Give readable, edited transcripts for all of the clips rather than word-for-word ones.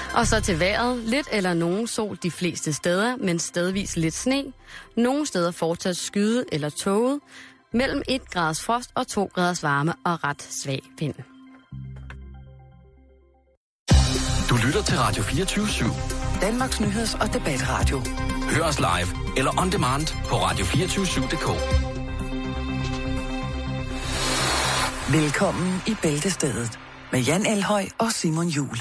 Og så til vejret. Lidt eller nogen sol de fleste steder, men stedvis lidt sne. Nogle steder fortsat skyde eller tåget. Mellem 1 graders frost og 2 graders varme og ret svag vind. Du lytter til Radio 24/7. Danmarks nyheds- og debatradio. Hør os live eller on demand på radio247.dk. Velkommen i Bæltestedet med Jan Elhøj og Simon Juhl.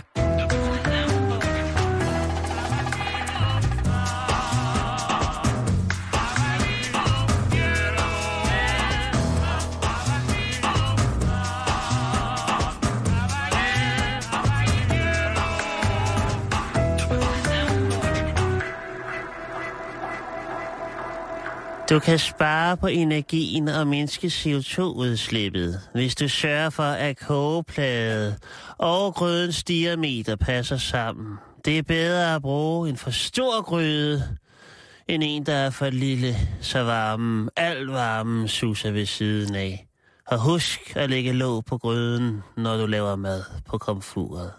Du kan spare på energien og mindske CO2-udslippet, hvis du sørger for, at kogeplade og grydens diameter passer sammen. Det er bedre at bruge en for stor gryde, end en, der er for lille, så al varmen suser ved siden af. Og husk at lægge låg på gryden, når du laver mad på komfuret.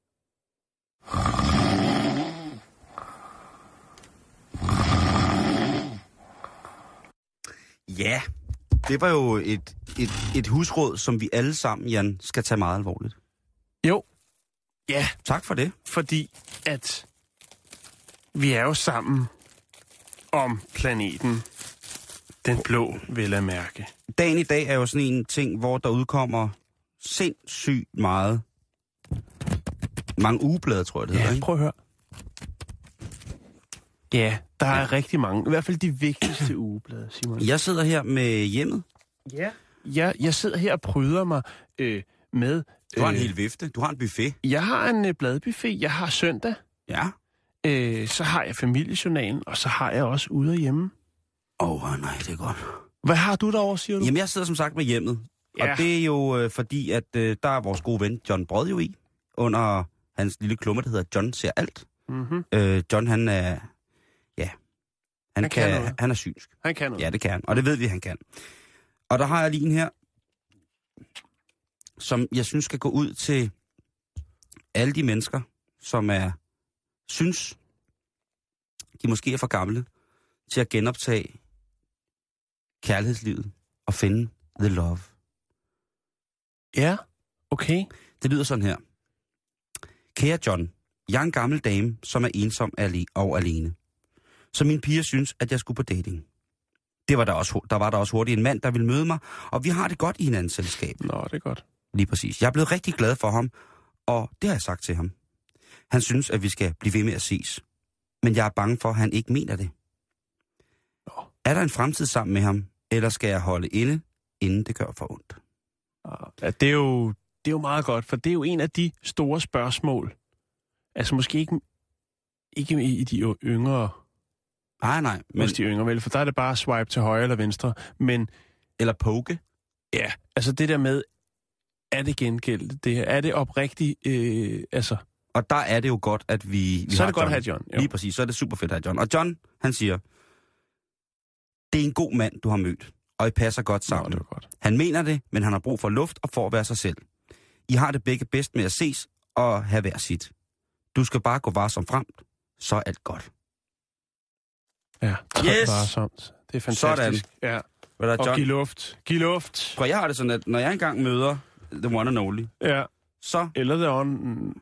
Ja, det var jo et husråd, som vi alle sammen, Jan, skal tage meget alvorligt. Jo. Ja. Tak for det. Fordi at vi er jo sammen om planeten. Den blå, vil jeg mærke. Dagen i dag er jo sådan en ting, hvor der udkommer sindssygt mange ugeblade, tror jeg det hedder. Ja, prøv at høre. Ja, der er rigtig mange. I hvert fald de vigtigste ugeblade, Simon. Jeg sidder her med Hjemmet. Ja, jeg sidder her og pryder mig med... Du har en hel vifte. Du har en buffet. Jeg har en bladbuffet. Jeg har Søndag. Ja. Så har jeg Familiejournalen, og så har jeg også Ude og Hjemme. Nej, det er godt. Hvad har du derovre, siger du? Jamen, jeg sidder som sagt med Hjemmet. Ja. Og det er jo fordi, at der er vores gode ven John Brød jo i, under hans lille klumme, der hedder John ser alt. Mm-hmm. John, han er... Ja. Han er synsk. Han kan noget. Ja, det kan han. Og det ved vi, han kan. Og der har jeg lige en her, som jeg synes skal gå ud til alle de mennesker, som synes, de måske er for gamle til at genoptage kærlighedslivet og finde the love. Ja, okay. Det lyder sådan her. Kære John, jeg er en gammel dame, som er ensom og alene. Så mine piger synes, at jeg skulle på dating. Der var der også hurtigt en mand, der ville møde mig, og vi har det godt i hinandens selskab. Nå, det er godt. Lige præcis. Jeg er blevet rigtig glad for ham, og det har jeg sagt til ham. Han synes, at vi skal blive ved med at ses. Men jeg er bange for, at han ikke mener det. Nå. Er der en fremtid sammen med ham, eller skal jeg holde inde, inden det gør for ondt? Ja, det er jo meget godt, for det er jo en af de store spørgsmål. Altså måske ikke i de yngre... Nej. Men de yngre, vel? For der er det bare swipe til højre eller venstre. Men... Eller poke. Ja, altså det der med, er det gengældt det her? Er det oprigtigt, altså... Og der er det jo godt, at vi så har er det godt John. at have John. Jo. Lige præcis, så er det super fedt at have John. Og John, han siger, det er en god mand, du har mødt, og I passer godt sammen. Nå, det var godt. Han mener det, men han har brug for luft og for at være sig selv. I har det begge bedst med at ses og have hver sit. Du skal bare gå varsomt frem, så er alt godt. Ja, yes! Varsomt. Det er fantastisk. Sådan. Ja. Og John... giv luft. Prøv, jeg har det sådan, at når jeg engang møder the one and only, ja. Så... Eller the on...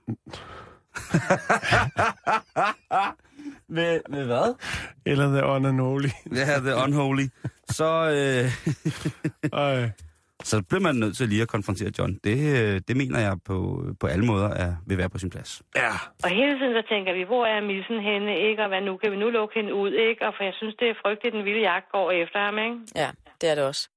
med hvad? Eller the unholy. Ja, the unholy. Så bliver man nødt til lige at konfrontere John. Det mener jeg på alle måder vil være på sin plads. Ja. Og hele tiden så tænker vi, hvor er missen henne, ikke? Og hvad nu? Kan vi nu lukke hende ud, ikke? Og for jeg synes, det er frygteligt, den vilde jagt går efter ham, ikke? Ja, det er det også.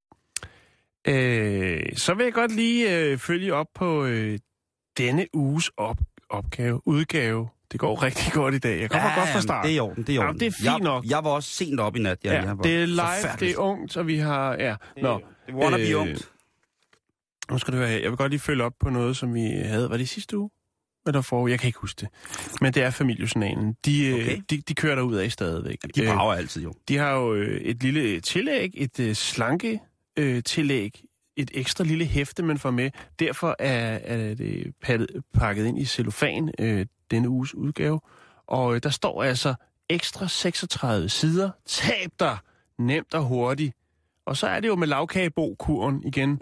Så vil jeg godt lige følge op på denne uges udgave. Det går rigtig godt i dag. Jeg kommer godt fra start. Det er i orden, det er i orden. Ja, det er fint nok. Jeg var også sent op i nat. Det er live, det er ungt, og vi har... Ja. Det wanna be ungt. Nu skal du høre her. Jeg vil godt lige følge op på noget, som vi havde... Var det sidste uge? Eller for? Jeg kan ikke huske det. Men det er Familiejournalen. De kører derud af stadigvæk. De brager altid jo. De har jo et lille tillæg, et slanke tillæg et ekstra lille hæfte, man får med. Derfor er det pakket ind i cellofan, denne uges udgave. Og der står altså ekstra 36 sider. Tab dig nemt og hurtigt. Og så er det jo med lavkagebo-kuren igen.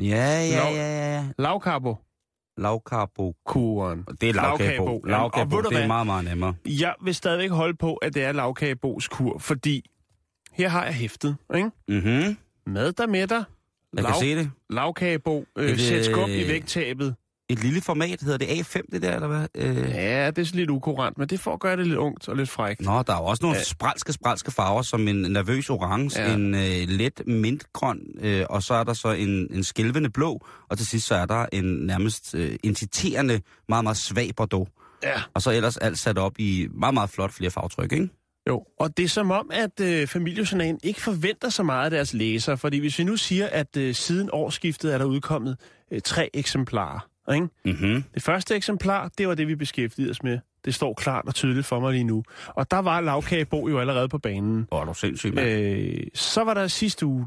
Ja. Lavkarbo. Lavkarbo-kuren. Det er lavkagebo. Lavkagebo, det er meget, meget nemmere. Jeg vil stadigvæk holde på, at det er lavkagebos kur, fordi her har jeg hæftet, ikke? Mhm. Mad der med dig. Jeg kan se det. Lavkagebo. Sæt skub i vægttabet. Et lille format, hedder det A5, det der, eller hvad? Ja, det er så lidt ukurant, men det får at gøre det lidt ungt og lidt frækt. Nå, der er også nogle spralske farver, som en nervøs orange, en let mintgrøn, og så er der så en skælvende blå, og til sidst så er der en nærmest inciterende, meget, meget svag bordeaux. Ja. Og så ellers alt sat op i meget, meget flot flere farvetryk, ikke? Jo, og det er som om, at Familiejournalen ikke forventer så meget af deres læsere, fordi hvis vi nu siger, at siden årsskiftet er der udkommet 3 eksemplarer, ikke? Mm-hmm. Det første eksemplar, det var det, vi beskæftigede os med. Det står klart og tydeligt for mig lige nu. Og der var lavkagebo jo allerede på banen. Åh, du sindssygt, mand. Så var der sidste uge,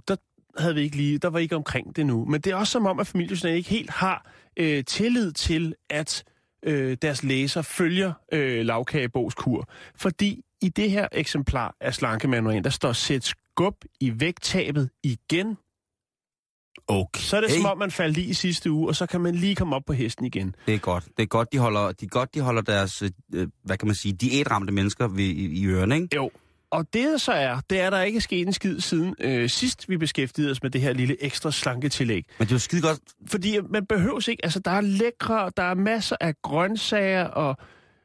der var ikke omkring det nu. Men det er også som om, at Familiejournalen ikke helt har tillid til, at deres læser følger lavkagebos kur. Fordi i det her eksemplar af slankemanualen, der står sæt skub i vægttabet igen. Okay. Så er det som om, man faldt i sidste uge, og så kan man lige komme op på hesten igen. Det er godt. Det er godt, de holder deres, hvad kan man sige, diætramte mennesker i ørerne, ikke? Jo. Og det så er, det er der ikke sket en skid siden sidst vi beskæftigede os med det her lille ekstra slanketillæg. Men det er jo skide godt. Fordi man behøves ikke, altså der er lækre, der er masser af grøntsager og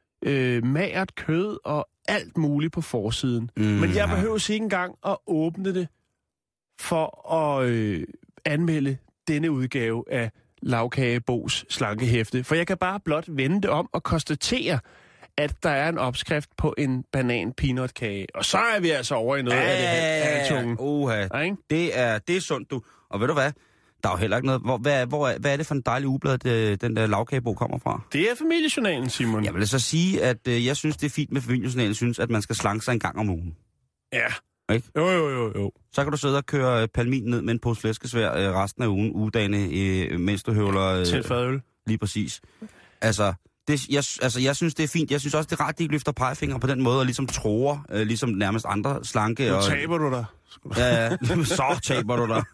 magert kød og alt muligt på forsiden. Men jeg behøves ikke engang at åbne det for at anmelde denne udgave af lavkagebos slankehæfte. For jeg kan bare blot vende det om og konstatere, at der er en opskrift på en banan-peanutkage. Og så er vi altså over i noget af det her halvtungen. Det er sundt, du. Og ved du hvad? Der er jo heller ikke noget. Hvad er det for en dejlig ugeblad, den der lavkagebog kommer fra? Det er Familiejournalen, Simon. Jeg vil så sige, at jeg synes, det er fint med Familiejournalen. Jeg synes, at man skal slanke sig en gang om ugen. Ja. Ikke? Jo. Så kan du sidde og køre palmin ned med en pose flæskesvær resten af ugedagene, mens du høvler... til fadøl. Lige præcis. Altså, jeg synes, det er fint. Jeg synes også, det er rart, de ikke løfter pegefinger på den måde, og ligesom tror, ligesom nærmest andre slanke. Nu taber du dig. Ja, så taber du dig.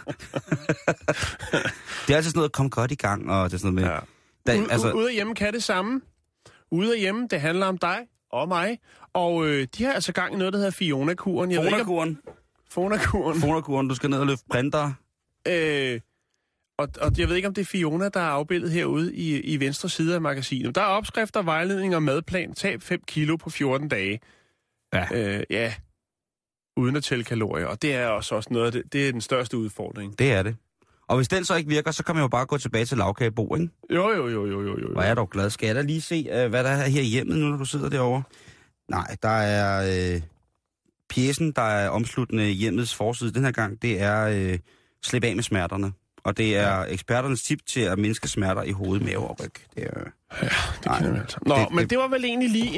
Det er altid sådan noget, kom godt i gang, og det er sådan noget med... Ude af hjemme kan det samme. Ude af hjemme, det handler om dig og mig. Og de har altså gang i noget, der hedder Fiona-kuren. Fiona-kuren, du skal ned og løfte printer. Og jeg ved ikke, om det er Fiona, der er afbildet herude i venstre side af magasinet. Der er opskrifter, vejledning og madplan. Tab 5 kilo på 14 dage. Ja. Uden at tælle kalorier. Og det er også noget af det er den største udfordring. Det er det. Og hvis den så ikke virker, så kan man jo bare gå tilbage til lavkagebo, ikke? Jo. Hvor er du glad. Skal jeg da lige se, hvad der er her i hjemmet nu, når du sidder derovre? Nej, der er pjecen, der er omsluttende hjemmets forside den her gang. Det er slip af med smerterne. Og det er eksperternes tip til at mindske smerter i hoved, mave og ryg. Det er, det kan jeg altså. Men det var vel egentlig lige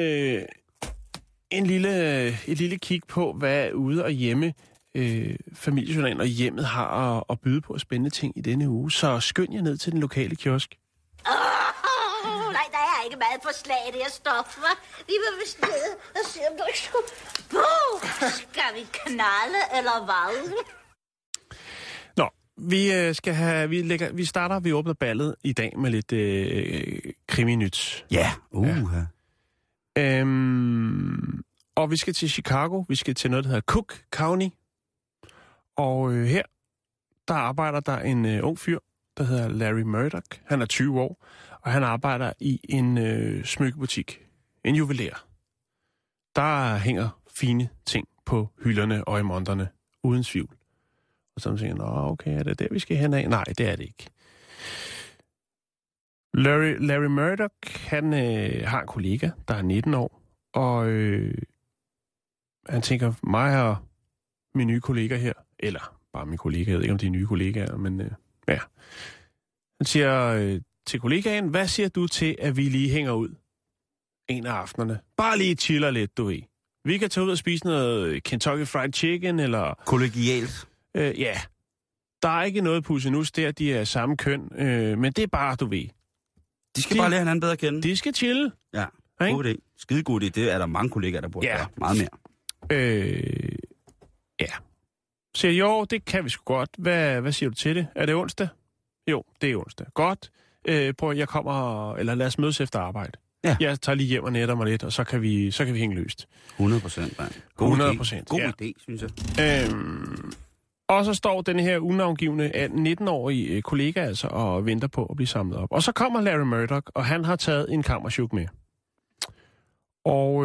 et lille kig på, hvad ude og hjemme Familiejournalen og hjemmet har at byde på spændende ting i denne uge. Så skynd jer ned til den lokale kiosk. Nej, der er ikke meget for slag i det her stof, hva'? Vi vil vist ned og se, om der skulle... Skal vi knalde, eller hvad? Nå, vi åbner ballet i dag med lidt kriminyt. Ja, Og vi skal til Chicago. Vi skal til noget, der hedder Cook County. Og her, der arbejder der en ung fyr, der hedder Larry Murdoch. Han er 20 år, og han arbejder i en smykkebutik. En juveler. Der hænger fine ting på hylderne og i monterne, uden tvivl. Og så tænker jeg, okay, er det der, vi skal hen af? Nej, det er det ikke. Larry Murdoch, han har en kollega, der er 19 år, og han tænker, mig og min nye kollega her, eller bare min kollega, jeg ved ikke, om de er nye kollegaer, men ja. Han siger til kollegaen, hvad siger du til, at vi lige hænger ud en af aftenerne? Bare lige chiller lidt, du ved. Vi kan tage ud og spise noget Kentucky Fried Chicken, eller... Kollegialt. Ja. Der er ikke noget pussenus der, de er samme køn, men det er bare, du ved. De skal bare lære hinanden bedre at kende. De skal chille. Ja, god idé. Skide god idé. Det er der mange kollegaer, der burde gøre meget mere. Ja. Så jo, det kan vi sgu godt. Hvad siger du til det? Er det onsdag? Jo, det er onsdag. Godt. Prøv, jeg kommer, eller lad os mødes efter arbejde. Ja. Jeg tager lige hjem og netter mig lidt, og så kan vi hænge løst. 100%, mand. 100%. God idé, synes jeg. Og så står den her unavngivne 19-årige kollega altså og venter på at blive samlet op. Og så kommer Larry Murdoch, og han har taget en kammerchuk med. Og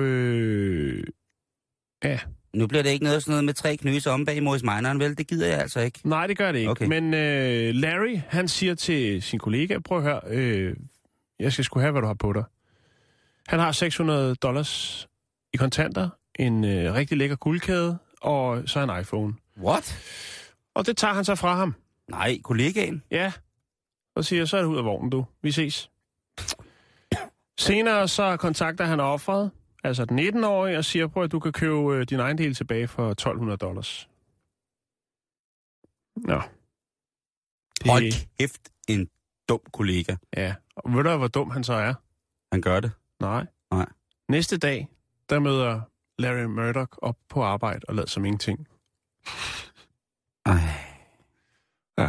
ja. Nu bliver det ikke noget sådan noget med 3 knøser om bag Morris Mineren, vel? Det gider jeg altså ikke. Nej, det gør det ikke. Okay. Men Larry, han siger til sin kollega, prøv at høre, jeg skal sgu have, hvad du har på dig. Han har $600 i kontanter, en rigtig lækker guldkæde, og så en iPhone. What? Og det tager han så fra ham. Nej, kollegaen? Ja. Og siger, så er det ud af vognen, du. Vi ses. Senere så kontakter han offeret, altså den 19-årige, og siger, prøv at du kan købe din ejendel tilbage for $1.200. Nå. Hold kæft, en dum kollega. Ja, og ved du, hvor dum han så er? Han gør det. Nej. Nej. Næste dag, der møder Larry Murdoch op på arbejde og lader som ingenting. Ej. Ja.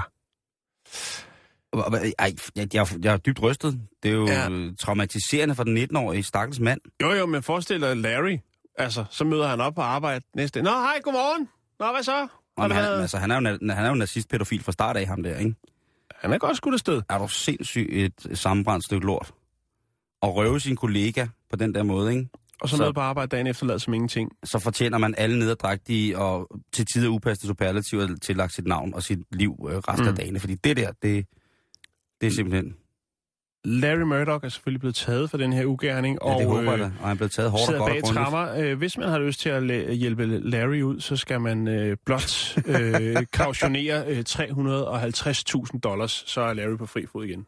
Ej, jeg er dybt rystet. Det er jo traumatiserende for den 19-årige stakkels mand. Jo, men forestil dig Larry. Altså, så møder han op på arbejde næste dag. Nå, hej, godmorgen. Nå, hvad så? Han er jo nazist-pædofil fra start af ham der, ikke? Han er godt skudt afsted. Er du sindssygt et sammenbrændt stykke lort? Og røve sin kollega på den der måde, ikke? Og så møde på arbejde dagen efter, lader som ingenting. Så fortjener man alle nederdrægtige og til tider upassende superlativer tillagt sit navn og sit liv resten af dagene. Fordi det der, det er simpelthen... Larry Murdoch er selvfølgelig blevet taget for den her ugerning. Ja, det håber jeg da. Og han er blevet taget hårdt og godt og grundigt. Hvis man har lyst til at hjælpe Larry ud, så skal man blot kautionere $350,000, så er Larry på fri fod igen.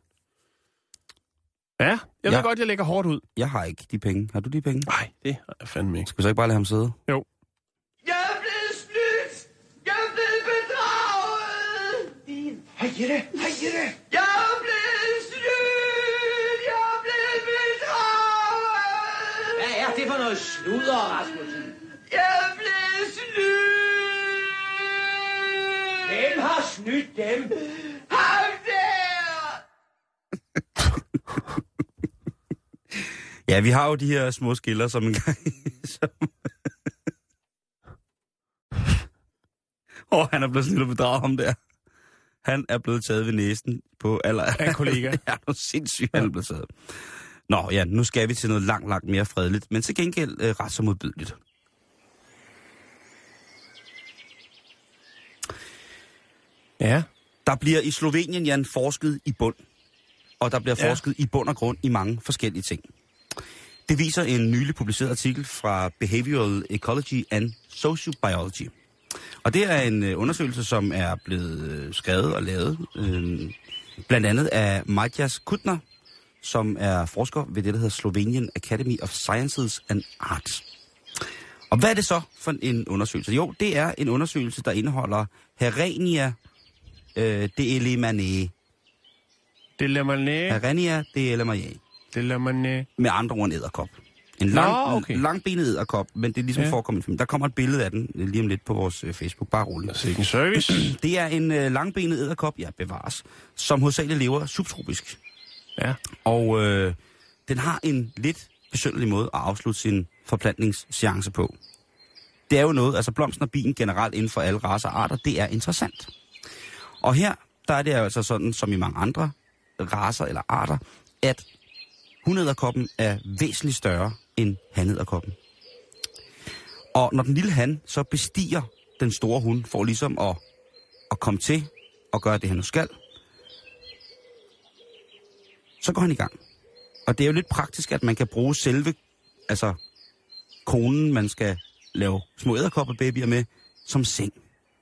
Ja, jeg ved godt, jeg lægger hårdt ud. Jeg har ikke de penge. Har du de penge? Nej, det har jeg fandme ikke. Skal vi så ikke bare lade ham sidde? Jo. Jeg er blevet snydt! Jeg er blevet bedraget! Hej Jette! Hej Jette! Jeg er blevet snydt! Jeg er blevet bedraget! Hvad er det for noget sludder, Rasmussen? Jeg er blevet snydt! Hvem har snydt dem? Ham der! Ja, vi har jo de her små skiller, som en gang... han er blevet sådan lidt bedraget om der. Han er blevet taget ved næsen på af en kollega. Ja, nu sindssygt, han er blevet taget. Nå ja, nu skal vi til noget langt mere fredeligt, men til gengæld ret så modbydeligt. Ja. Der bliver i Slovenien, Jan, forsket i bund. Og der bliver forsket i bund og grund i mange forskellige ting. Det viser en nylig publiceret artikel fra Behavioral Ecology and Sociobiology. Og det er en undersøgelse, som er blevet skrevet og lavet, blandt andet af Matjas Kutner, som er forsker ved det, der hedder Slovenian Academy of Sciences and Arts. Og hvad er det så for en undersøgelse? Jo, det er en undersøgelse, der indeholder Herenia delemanae. Herenia delemanae. Med andre ord en edderkop. En langbenet edderkop, men det er ligesom forekommet. Der kommer et billede af den lige om lidt på vores Facebook. Bare roligt. Det er en service. Det er en langbenet edderkop, bevares, som hovedsageligt lever subtropisk. Ja. Og den har en lidt besynderlig måde at afslutte sin forplantningsseance på. Det er jo noget, altså blomsten og bien generelt inden for alle racer og arter, det er interessant. Og her, der er det altså sådan, som i mange andre racer eller arter, at hunedderkoppen er væsentligt større end hanedderkoppen. Og når den lille han så bestiger den store hund, for ligesom at komme til og gøre det, han nu skal, så går han i gang. Og det er jo lidt praktisk, at man kan bruge selve, altså konen, man skal lave små edderkoppebabyer med, som seng.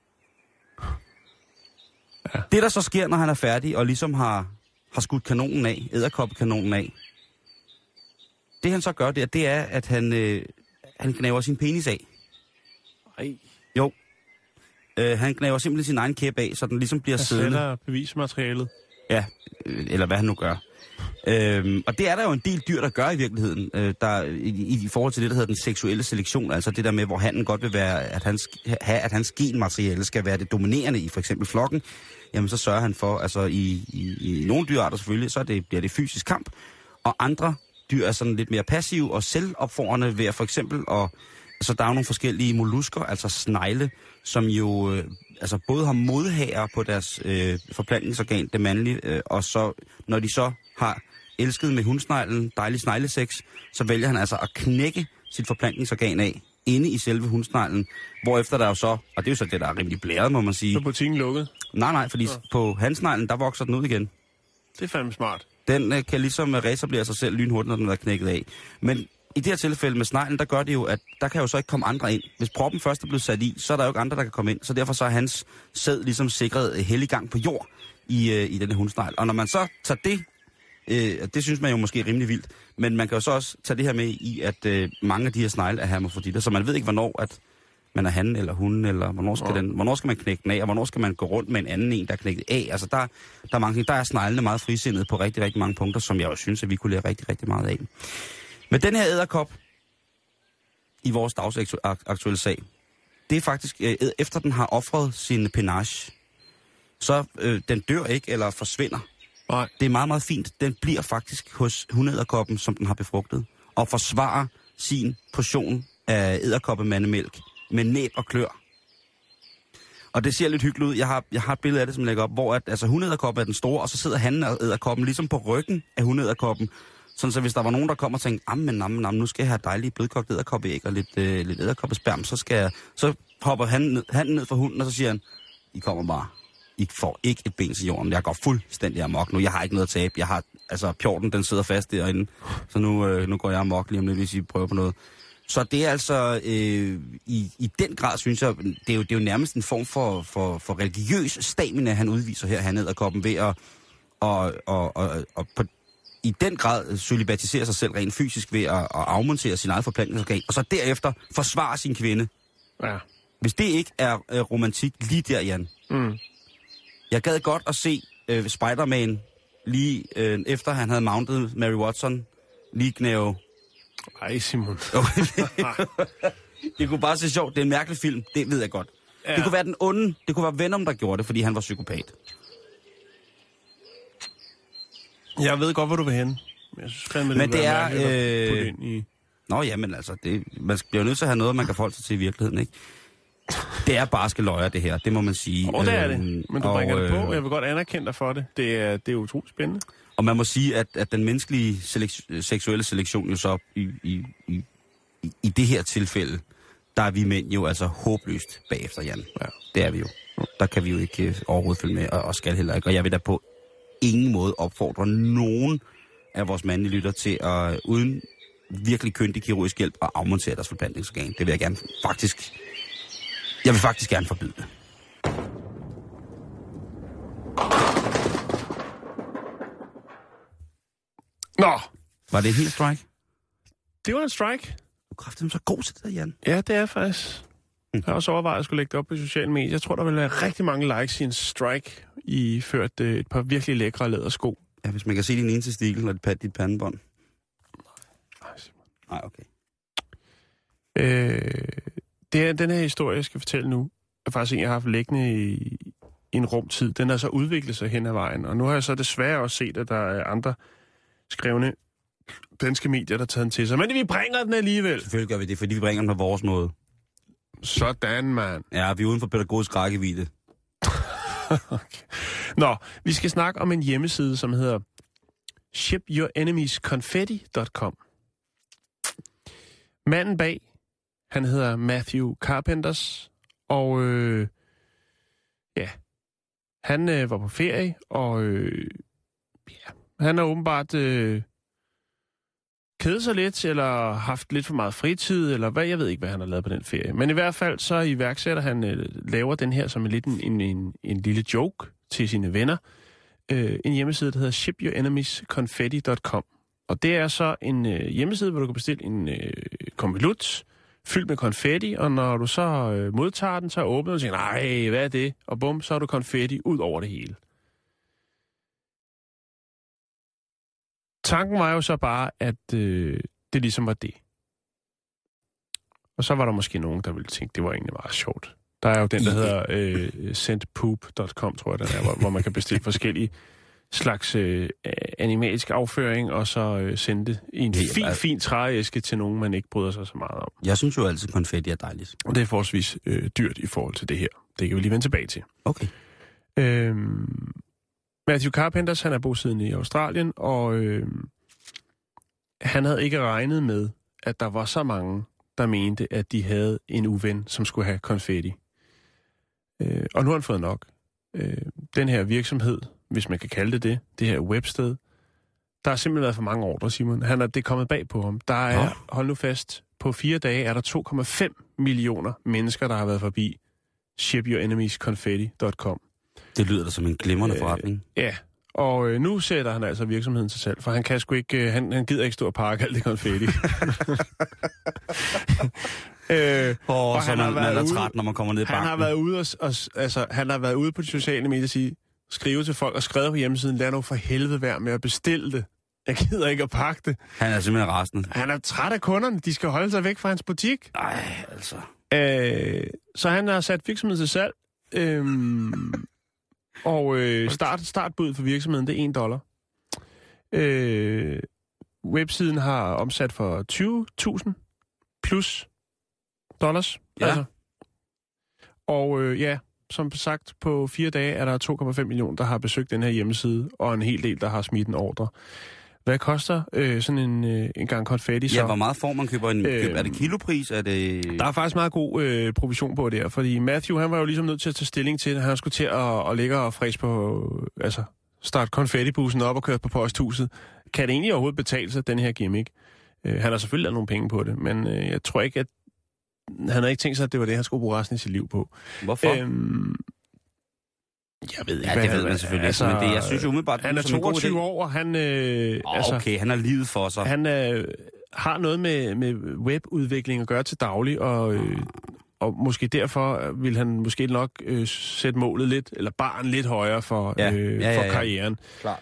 Ja. Det, der så sker, når han er færdig og ligesom har skudt kanonen af, edderkoppekanonen af, det han så gør, det er, at han gnaver sin penis af. Ej. Jo. Han gnaver simpelthen sin egen kæp af, så den ligesom bliver siddende. Han bevismaterialet. Ja, eller hvad han nu gør. Og det er der jo en del dyr, der gør i virkeligheden, der, i forhold til det, der hedder den seksuelle selektion, altså det der med, hvor hannen godt vil være, at hans genmateriale skal være det dominerende i for eksempel flokken, jamen så sørger han for, altså i nogle dyrearter selvfølgelig, så bliver det fysisk kamp, og andre dyr er sådan lidt mere passive og selvopfordrende ved for eksempel, så der er jo nogle forskellige mollusker, altså snegle, som jo altså både har modhager på deres forplantningsorgan, det mandlige, og så når de så har elsket med hundsneglen, dejlig sneglesex, så vælger han altså at knække sit forplantningsorgan af inde i selve hundsneglen, hvorefter der jo så, og det er jo så det, der er rimelig blæret, må man sige. Så butikken lukket? Nej, fordi på handsneglen, der vokser den ud igen. Det er fandme smart. Den kan ligesom reetablere sig selv lynhurtigt, når den er knækket af. Men i det her tilfælde med sneglen, der gør det jo, at der kan jo så ikke komme andre ind. Hvis proppen først er blevet sat i, så er der jo ikke andre, der kan komme ind. Så derfor så er hans sæd ligesom sikret hellig gang på jord i denne hundsnegl. Og når man så tager det synes man jo måske er rimelig vildt, men man kan jo så også tage det her med i, at mange af de her snegle er hermafroditter, så man ved ikke, hvornår at man er han eller hun, eller hvornår skal man knække den af, og hvornår skal man gå rundt med en anden en, der er knækket af. Altså der er mange ting, der er sneglene meget frisindede på rigtig, rigtig mange punkter, som jeg jo synes, at vi kunne lære rigtig, rigtig meget af. Men den her edderkop i vores dagsaktuelle sag, det er faktisk, efter den har offret sin penage, så den dør ikke eller forsvinder. Nej. Det er meget, meget fint. Den bliver faktisk hos hundeedderkoppen, som den har befrugtet, og forsvarer sin portion af edderkoppemandemælk med næb og klør. Og det ser lidt hyggeligt ud. Jeg har et billede af det, som lægger op, hvor hundeedderkoppen er den store, og så sidder hannen af edderkoppen ligesom på ryggen af hundeedderkoppen. Sådan så hvis der var nogen, der kom og tænkte, nu skal jeg have dejlige blødkogte edderkoppeæg og lidt edderkoppesperm, så hopper hannen ned fra hunden, og så siger han, I kommer bare. I får ikke et ben til jorden. Jeg går fuldstændig amok nu. Jeg har ikke noget at tabe. Jeg har, pjorten, den sidder fast derinde. Så nu går jeg amok lige om lidt, hvis I prøver på noget. Så det er altså, i den grad, synes jeg, det er jo nærmest en form for religiøs stamina, han udviser her, han edderkoppen ved at i den grad celibatisere sig selv rent fysisk ved at afmontere sin eget forplantningsorgan, og så derefter forsvare sin kvinde. Ja. Hvis det ikke er romantik lige der, Jan. Mm. Jeg gad godt at se Spider-Man lige efter han havde mounted Mary Watson, lige gnæve. Ej, Simon. Det kunne bare se sjovt. Det er en mærkelig film, det ved jeg godt. Ja. Det kunne være den onde, det kunne være Venom, der gjorde det, fordi han var psykopat. Jeg ved godt, hvor du vil hen. Jeg synes fandme, men det er ind i... Nå ja, men altså, man bliver jo nødt til at have noget, man kan forholde sig til i virkeligheden, ikke? Det er barske løjer, det her, det må man sige. Det er det, men du bringer det på, og jeg vil godt anerkende dig for det. Det er utroligt spændende. Og man må sige, at den menneskelige seksuelle selektion jo så i det her tilfælde, der er vi mænd jo altså håbløst bagefter, Jan. Ja. Det er vi jo. Der kan vi jo ikke overhovedet følge med, og skal heller ikke. Og jeg vil da på ingen måde opfordre nogen af vores mandlige lytter til at uden virkelig kyndig kirurgisk hjælp at afmontere deres forplantningsorgan. Det vil jeg gerne Jeg vil faktisk gerne forbyde det. Nå! Var det en helt strike? Det var en strike. Du er kraftigt så god til det der, Jan. Ja, det er faktisk. Jeg har også overvejet at skulle lægge det op på sociale medier. Jeg tror, der vil være rigtig mange likes i en strike, iført et par virkelig lækre lædersko. Ja, hvis man kan se din eneste stikkel og dit pandebånd. Nej, okay. Den her historie, jeg skal fortælle nu, er faktisk en, jeg har haft liggende i en rumtid. Den har så udviklet sig hen ad vejen, og nu har jeg så desværre også set, at der er andre skrevne danske medier, der tager den til sig. Men vi bringer den alligevel. Selvfølgelig gør vi det, fordi vi bringer den på vores måde. Sådan, mand. Ja, vi er uden for pædagogisk rækkevidde. Okay. Nå, vi skal snakke om en hjemmeside, som hedder shipyoureniemiesconfetti.com. Manden bag, han hedder Matthew Carpenters, og han var på ferie, og han har åbenbart kedet sig lidt, eller haft lidt for meget fritid, eller hvad, jeg ved ikke, hvad han har lavet på den ferie. Men i hvert fald så iværksætter han, laver den her som en lille joke til sine venner. En hjemmeside, der hedder shipyoureniemiesconfetti.com. Og det er så en hjemmeside, hvor du kan bestille en konvolut fyldt med konfetti, og når du så modtager den, så åbner du og tænker, nej, hvad er det? Og bum, så har du konfetti ud over det hele. Tanken var jo så bare, at det ligesom var det. Og så var der måske nogen, der ville tænke, det var egentlig meget sjovt. Der er jo den, der hedder sendpoop.com, tror jeg, den er, hvor man kan bestille forskellige slags animalisk afføring, og så sende det i en fin trææske til nogen, man ikke bryder sig så meget om. Jeg synes jo altid, konfetti er dejligt. Og det er forholdsvis dyrt i forhold til det her. Det kan vi lige vende tilbage til. Okay. Matthew Carpenters, han er bosiddende i Australien, og han havde ikke regnet med, at der var så mange, der mente, at de havde en uven, som skulle have konfetti. Og nu har han fået nok. Den her virksomhed, hvis man kan kalde det her websted, der har simpelthen været for mange ordre, Simon. Det er kommet bag på ham. Der er, hold nu fast, på 4 dage er der 2,5 millioner mennesker, der har været forbi shipyourenemiesconfetti.com. Det lyder da som en glimrende forretning. Ja, og nu sætter han altså virksomheden til salg, for han kan sgu ikke, han gider ikke stå og pakke alt det konfetti. Og så man er træt, når man kommer ned i banken. Han har været ude på de sociale medier og skrive til folk og skrevet på hjemmesiden, lad nu for helvede være med at bestille det. Jeg gider ikke at pakke det. Han er simpelthen rasende. Han er træt af kunderne. De skal holde sig væk fra hans butik. Nej, altså. Så han har sat virksomheden til salg. Og startbuddet for virksomheden, det er $1. Websiden har omsat for 20.000 plus dollars. Ja. Altså. Og som sagt, på 4 dage er der 2,5 millioner, der har besøgt den her hjemmeside, og en hel del, der har smidt en ordre. Hvad koster sådan en gang konfetti så? Ja, hvor meget får man køber en er det kilopris? Er det... Der er faktisk meget god provision på det her, fordi Matthew, han var jo ligesom nødt til at tage stilling til, at han skulle til at ligge og fræse på, starte konfettibussen op og køre på posthuset. Kan det egentlig overhovedet betale sig, den her gimmick? Han har selvfølgelig lavet nogle penge på det, men jeg tror ikke, at han havde ikke tænkt sig, at det var det, han skulle bruge resten af sit liv på. Hvorfor? Jeg ved ikke, det ved man selvfølgelig ikke, men det, jeg synes jo umiddelbart... Han er 22 år, og han... okay, han har livet for sig. Han har noget med webudvikling at gøre til daglig, og måske derfor vil han måske nok sætte målet lidt, eller barren lidt højere for karrieren. Klart.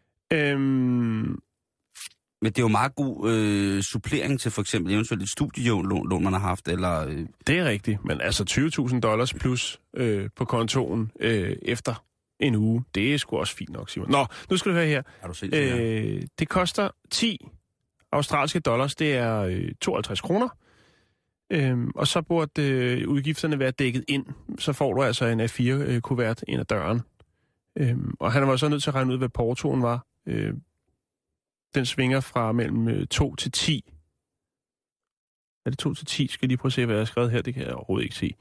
Men det er jo meget god supplering til for eksempel eventuelt et studielån, man har haft, eller... Det er rigtigt, men altså $20.000 plus på kontoen efter en uge, det er sgu også fint nok, Simon. Nå, nu skal du høre her. Har du set det koster 10 australske dollars, det er 52 kroner. Og så burde udgifterne være dækket ind. Så får du altså en A4-kuvert ind ad døren. Og han var så nødt til at regne ud, hvad portoen var. Den svinger fra mellem 2 til 10. Er det 2 til 10? Skal jeg lige prøve at se, hvad jeg har skrevet her? Det kan jeg overhovedet ikke se.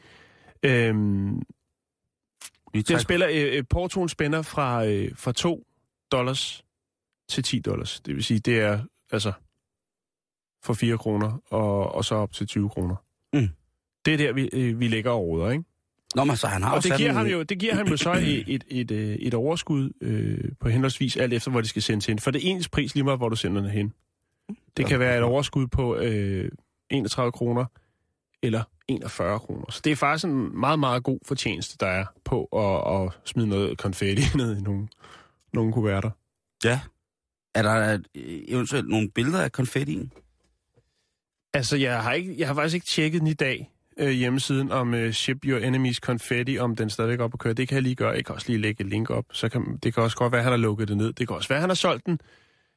Portoen spænder fra $2 til $10. Det vil sige, det er altså for 4 kroner og så op til 20 kroner. Mm. Det er der, vi lægger og råder, ikke? Nå, men så han har og det giver ham jo så et overskud på henholdsvis alt efter, hvor det skal sendes hen. For det er ens pris lige meget, hvor du sender den hen. Det kan være et overskud på 31 kroner eller 41 kroner. Så det er faktisk en meget, meget god fortjeneste, der er på at smide noget konfetti ned i nogle kuverter. Ja. Er der eventuelt nogle billeder af konfettien? Altså, jeg har faktisk ikke tjekket den i dag, hjemmesiden om Ship Your Enemies Confetti, om den stadigvæk op at køre. Det kan jeg lige gøre. Jeg kan også lige lægge et link op. Det kan også godt være, at han har lukket det ned. Det kan også være, at han har solgt den.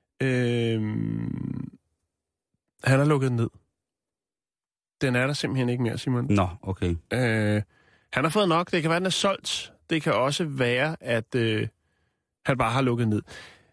Han har lukket den ned. Den er der simpelthen ikke mere, Simon. Nå, okay. Han har fået nok. Det kan være, at den er solgt. Det kan også være, at han bare har lukket ned.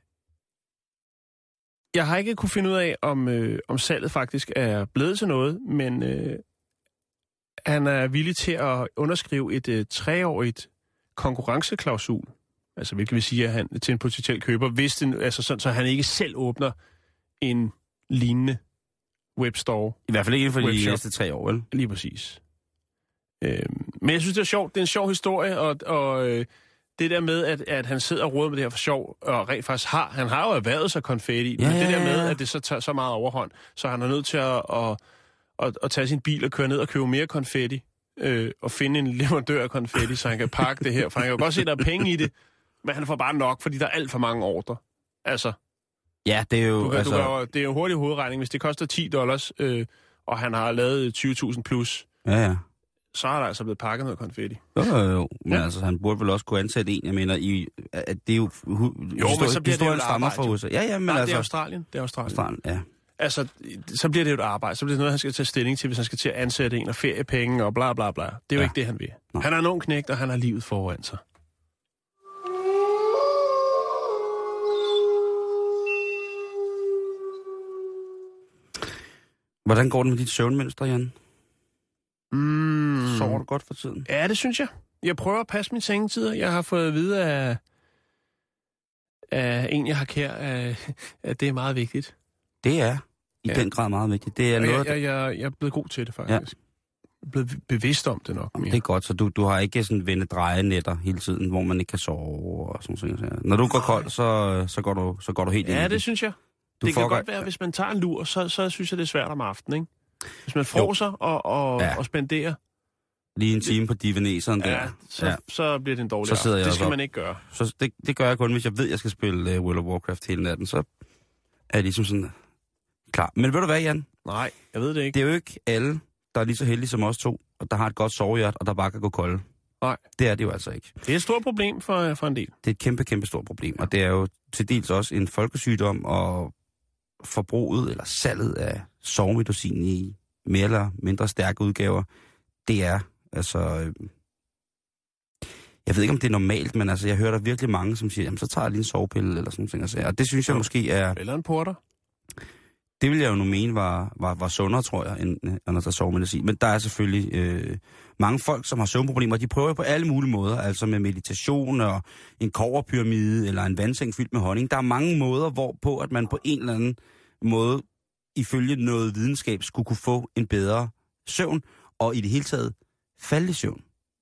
Jeg har ikke kunne finde ud af, om salget faktisk er blevet til noget, men han er villig til at underskrive et 3-årigt konkurrenceklausul. Altså, hvilket vil sige, at han til en potentiel køber, hvis det, altså sådan, så han ikke selv åbner en lignende webstore. I hvert fald ikke for de næste 3 år, vel? Lige præcis. Men jeg synes, det er sjovt. Det er en sjov historie, og det der med, at han sidder og roder med det her for sjov, og rent faktisk han har jo erhvervet sig konfetti, men det der med, at det så tager så meget overhånd, så han er nødt til at tage sin bil og køre ned og købe mere konfetti, og finde en leverandør af konfetti, så han kan pakke det her. For han kan jo godt se, at der er penge i det, men han får bare nok, fordi der er alt for mange ordre. Altså, ja, det er jo... det er jo hurtig hovedregning. Hvis det koster $10, og han har lavet 20.000 plus, ja. Så er der altså blevet pakket noget konfetti. Jo. Men altså, han burde vel også kunne ansætte en, jeg mener, det er jo... men så bliver det jo et arbejde. Fra USA. Ja, men altså... Det er Australien. Ja. Altså, så bliver det jo et arbejde. Så bliver det noget, han skal tage stilling til, hvis han skal til at ansætte en, og feriepenge og bla bla bla. Det er jo ikke det, han vil. Nej. Han er en ung knægt, og han har livet foran sig. Hvordan går det med dit søvnmønster, Jan? Sover du godt for tiden? Ja, det synes jeg. Jeg prøver at passe mine sengetider. Jeg har fået at vide af en, jeg har kær, at det er meget vigtigt. Det er i den grad meget vigtigt. Det er noget, jeg er blevet god til det, faktisk. Ja. Jeg er blevet bevidst om det nok. Mere. Det er godt, så du har ikke sådan vende-dreje-nætter hele tiden, hvor man ikke kan sove og sådan noget. Når du går kold, så går du helt ind i det. Ja, det synes jeg. Det kan godt være, hvis man tager en lur, så synes jeg, det er svært om aftenen, ikke? Hvis man fråser og spenderer... Lige en time på divaneseren der. Så bliver det en dårlig aften. Det skal man ikke gøre. Så det gør jeg kun, hvis jeg ved, at jeg skal spille World of Warcraft hele natten. Så er jeg ligesom sådan klar. Men ved du hvad, Jan? Nej, jeg ved det ikke. Det er jo ikke alle, der er lige så heldige som os to, og der har et godt sovehjert, og der bare kan gå kolde. Nej. Det er det jo altså ikke. Det er et stort problem for en del. Det er et kæmpe, kæmpe stort problem, og det er jo til dels også en folkesygdom, og forbruget eller salget af sovemedicin i mere eller mindre stærke udgaver, det er altså... Jeg ved ikke, om det er normalt, men altså, jeg hører der virkelig mange, som siger, jamen, så tager jeg lige en sovepille eller sådan noget. Og det synes jeg måske er... Eller en porter. Det vil jeg jo nu mene var sundere, tror jeg, end at tage sovemedicin. Men der er selvfølgelig mange folk, som har søvnproblemer. De prøver på alle mulige måder, altså med meditation og en kobberpyramide eller en vandseng fyldt med honning. Der er mange måder, hvorpå at man på en eller anden måde, ifølge noget videnskab, skulle kunne få en bedre søvn, og i det hele taget falde i søvn.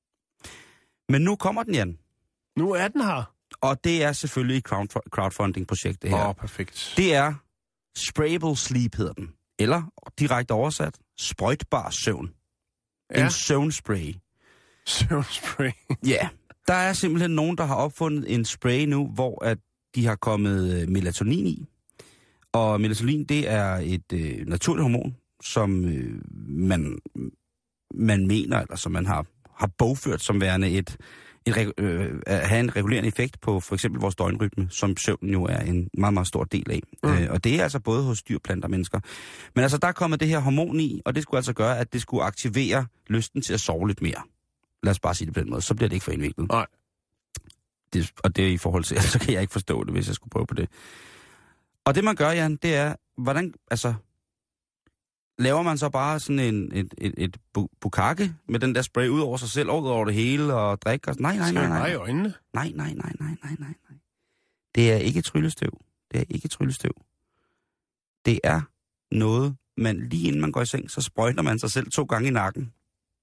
Men nu kommer den, Jan. Nu er den her. Og det er selvfølgelig et crowdfunding-projekt, det her. Perfekt. Det er Sprayable Sleep, hedder den. Eller, direkte oversat, sprøjtbar søvn. Ja. En søvnspray. Søvnspray. Ja. Der er simpelthen nogen, der har opfundet en spray nu, hvor at de har kommet melatonin i. Og melatonin, det er et naturligt hormon, som man mener, eller som man har bogført som værende at have en regulerende effekt på for eksempel vores døgnrytme, som søvnen jo er en meget, meget stor del af. Og det er altså både hos dyr, planter og mennesker. Men altså, der er kommet det her hormon i, og det skulle altså gøre, at det skulle aktivere lysten til at sove lidt mere. Lad os bare sige det på den måde, så bliver det ikke for indviklet. Nej. Og det er i forhold til, så kan jeg ikke forstå det, hvis jeg skulle prøve på det. Og det man gør, Jan, det er, hvordan, altså, laver man så bare sådan et bukkake med den der spray ud over sig selv, ud over det hele, og drikker? Nej. i øjnene? Nej. Det er ikke tryllestøv. Det er noget, man lige inden man går i seng, så sprøjter man sig selv 2 gange i nakken.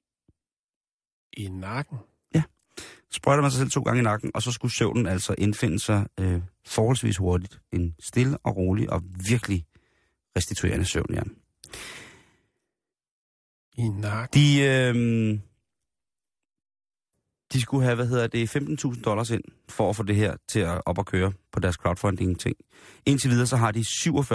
I nakken? Ja. Sprøjter man sig selv 2 gange i nakken, og så skulle søvnen altså indfinde sig forholdsvis hurtigt. En stille og rolig og virkelig restituerende søvn, Jan. I nakken? De skulle have, $15,000 ind for at få det her til at op at køre på deres crowdfunding-ting. Indtil videre så har de $47.122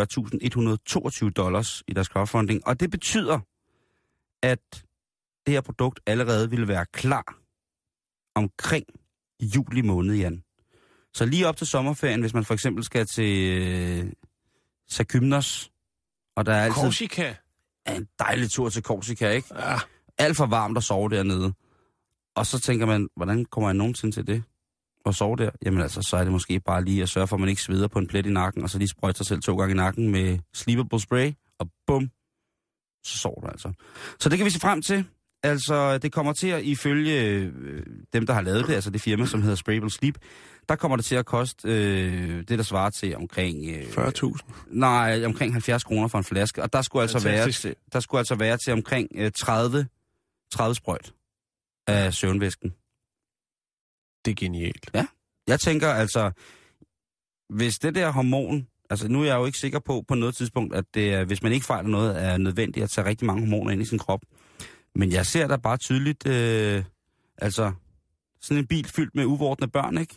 i deres crowdfunding, og det betyder, at det her produkt allerede ville være klar omkring juli måned, Jan. Så lige op til sommerferien, hvis man for eksempel skal til Zakynthos, og der er altid... Korsika? En dejlig tur til Korsika, ikke? Ja. Alt for varmt at sove dernede. Og så tænker man, hvordan kommer jeg nogensinde til det? At sove der? Jamen altså, så er det måske bare lige at sørge for, at man ikke sveder på en plet i nakken, og så lige sprøjter sig selv 2 gange i nakken med sleepable spray, og bum, så sover du altså. Så det kan vi se frem til. Altså, det kommer til at, ifølge dem, der har lavet det, altså det firma, som hedder Sprayable Sleep, der kommer det til at koste det, der svarer til omkring... 40.000? Nej, omkring 70 kroner for en flaske. Og der skulle altså være til omkring 30 sprøjt af søvnvæsken. Det er genialt. Ja. Jeg tænker altså, hvis det der hormon Altså, nu er jeg jo ikke sikker på noget tidspunkt, at det, hvis man ikke fejler noget, er nødvendigt at tage rigtig mange hormoner ind i sin krop. Men jeg ser da bare tydeligt, altså, sådan en bil fyldt med uvordne børn, ikke?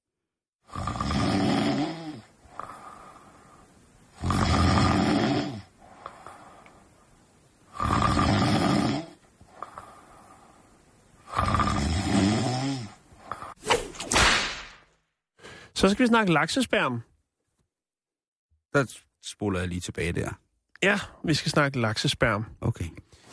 Så skal vi snakke laksesperm. Der spoler jeg lige tilbage der. Ja, vi skal snakke laksesperm. Okay.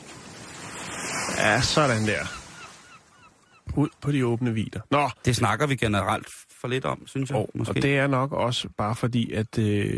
Ja, sådan der. Ud på de åbne vidder. Nå. Det snakker vi generelt for lidt om, synes jeg. Måske. Og det er nok også bare fordi, at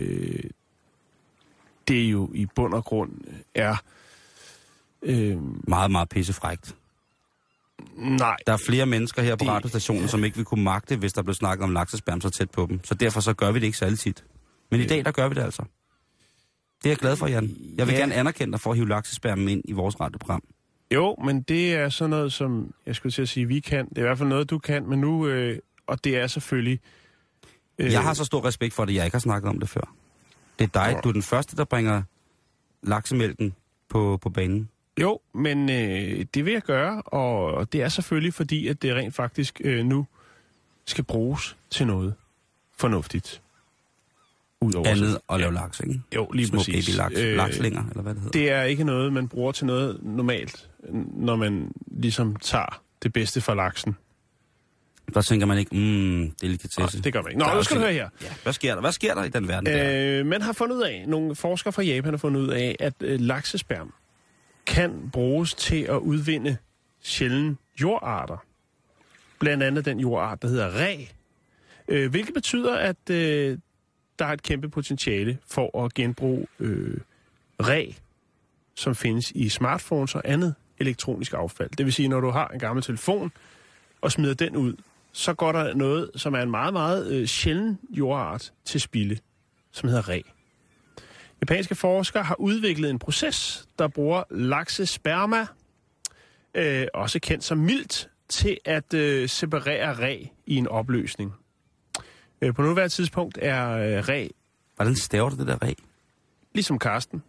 det jo i bund og grund er... meget, meget pissefrækt. Nej. Der er flere mennesker her på radiostationen, som ikke vil kunne magte, hvis der blev snakket om laksesperm så tæt på dem. Så derfor så gør vi det ikke særlig tit. Men i dag, der gør vi det altså. Det er jeg glad for, Jan. Jeg vil gerne anerkende dig for at hive laksespermen ind i vores radioprogram. Jo, men det er sådan noget, som jeg skulle til at sige, vi kan. Det er i hvert fald noget, du kan, men nu... og det er selvfølgelig... Jeg har så stor respekt for det, jeg ikke har snakket om det før. Det er dig, du er den første, der bringer laksemælken på banen. Jo, men det vil jeg gøre, og det er selvfølgelig fordi, at det rent faktisk nu skal bruges til noget fornuftigt. Udover andet at lave laks, ikke? Jo, lige små præcis. Små lakslinger, eller hvad det hedder. Det er ikke noget, man bruger til noget normalt, når man ligesom tager det bedste fra laksen. Der tænker man ikke, delikatesse. Det gør man ikke. Nå, nu skal du høre her. Ja, hvad sker der i den verden? Man har fundet ud af, nogle forskere fra Japan har fundet ud af, at laksesperm kan bruges til at udvinde sjældne jordarter. Blandt andet den jordart, der hedder ræ. Hvilket betyder, at der er et kæmpe potentiale for at genbruge ræ, som findes i smartphones og andet elektronisk affald. Det vil sige, når du har en gammel telefon og smider den ud, så går der noget, som er en meget, meget sjælden jordart til spilde, som hedder ræ. Japanske forskere har udviklet en proces, der bruger laksesperma, også kendt som milt, til at separere ræ i en opløsning. På nuværende tidspunkt er ræ... Hvordan staver du det der ræ? Ligesom Karsten.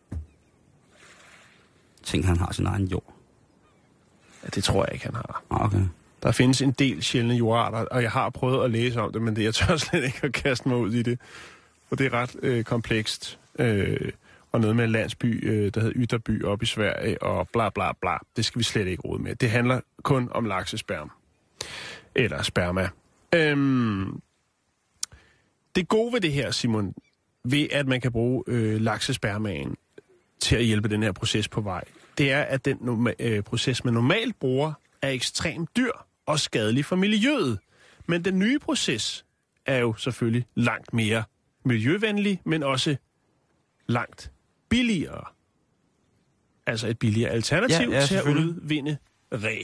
Tænk, han har sin egen jord. Ja, det tror jeg ikke, han har. Okay. Der findes en del sjældne jordarter, og jeg har prøvet at læse om det, men jeg tør slet ikke at kaste mig ud i det. For det er ret komplekst. Og noget med en landsby, der hedder Ytterby op i Sverige, og bla bla bla. Det skal vi slet ikke rode med. Det handler kun om laksesperm. Eller sperma. Det gode ved det her, Simon, ved at man kan bruge laksespermaen til at hjælpe den her proces på vej, det er, at den proces, man normalt bruger, er ekstremt dyr og skadelig for miljøet. Men den nye proces er jo selvfølgelig langt mere miljøvenlig, men også langt billigere. Altså et billigere alternativ til at udvinde ræ.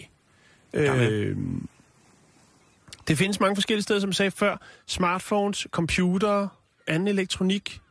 Det findes mange forskellige steder, som jeg sagde før. Smartphones, computere, anden elektronik.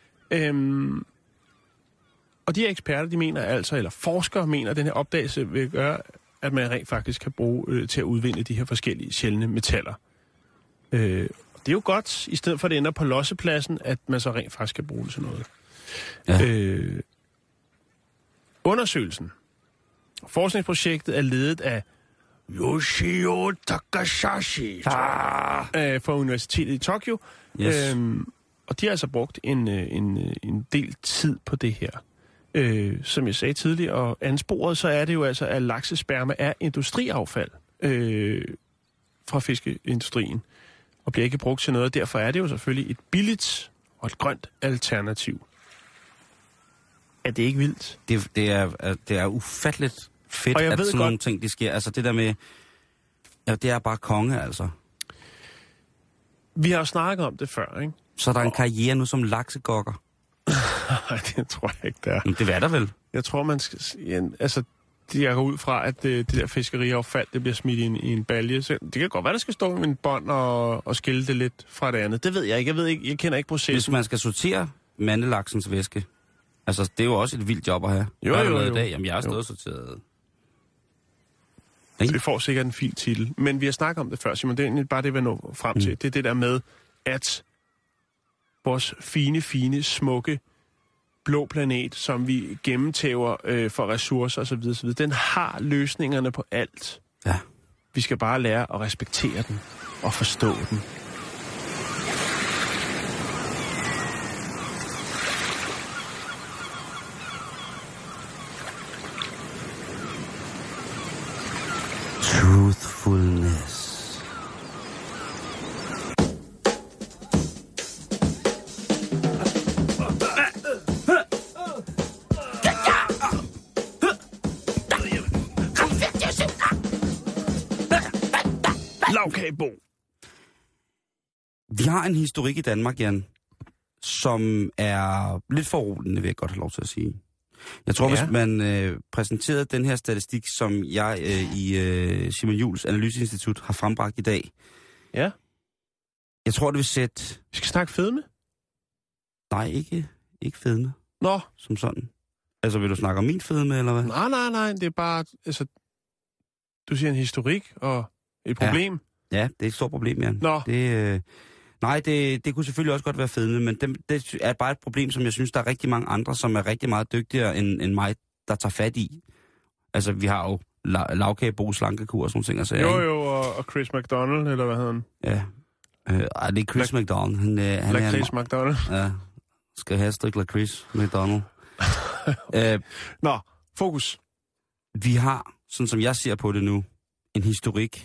Og de her eksperter, de mener altså, eller forskere mener, at den her opdagelse vil gøre, at man rent faktisk kan bruge til at udvinde de her forskellige sjældne metaller. Det er jo godt, i stedet for at det ender på lossepladsen, at man så rent faktisk kan bruge det til noget. Ja. Undersøgelsen. Forskningsprojektet er ledet af Yoshio Takahashi fra Universitetet i Tokyo. Yes. Og de har altså brugt en del tid på det her. Som jeg sagde tidligere, og ansporet, så er det jo altså, at laksesperma er industriaffald fra fiskeindustrien, og bliver ikke brugt til noget. Derfor er det jo selvfølgelig et billigt og et grønt alternativ. Er det ikke vildt? Det er ufatteligt fedt, at sådan nogle ting, det sker. Altså det der med, det er bare konge, altså. Vi har jo snakket om det før, ikke? Så er der en karriere nu som laksegokker? Nej, det tror jeg ikke, der er. Men det er der vel? Jeg tror, man skal... Ja, altså, jeg går ud fra, at det der fiskeriaffald, det bliver smidt i en balje. Så det kan godt være, der skal stå med en bånd og skille det lidt fra det andet. Det ved jeg ikke. Jeg kender ikke processen. Hvis man skal sortere mandelaksens væske, altså, det er jo også et vildt job at have. Jo. I dag? Jamen, jeg har stået sorteret. Det får sikkert en fin titel. Men vi har snakket om det før, Simon. Det er bare det, vi når frem til. Det er det der med, at vores fine, smukke blå planet, som vi gennemtæver for ressourcer osv., den har løsningerne på alt. Ja. Vi skal bare lære at respektere den og forstå den. Truthfulness. Lavkagebo. Vi har en historik i Danmark, Jan, som er lidt foruroligende, vil jeg godt have lov til at sige. Jeg tror, hvis man præsenterede den her statistik, som jeg i Simon Juhls Analyseinstitut har frembragt i dag. Ja. Jeg tror, det vil sætte... Vi skal snakke fedme? Nej, ikke fedme. Nå. Som sådan. Altså, vil du snakke om min fedme, eller hvad? Nej. Det er bare... Altså, du siger en historik og et problem. Ja, det er et stort problem, Jan. Nå. Det kunne selvfølgelig også godt være fedme, men det er bare et problem, som jeg synes, der er rigtig mange andre, som er rigtig meget dygtigere end mig, der tager fat i. Altså, vi har jo lavkagebo, slankekur og sådan ting. Altså, jo, og Chris McDonald, eller hvad hedder han? Ja. Det er Chris McDonald. Han Chris McDonald? Ja. Skal have et stykke Chris McDonald. Nå, fokus. Vi har, sådan som jeg ser på det nu, en historik.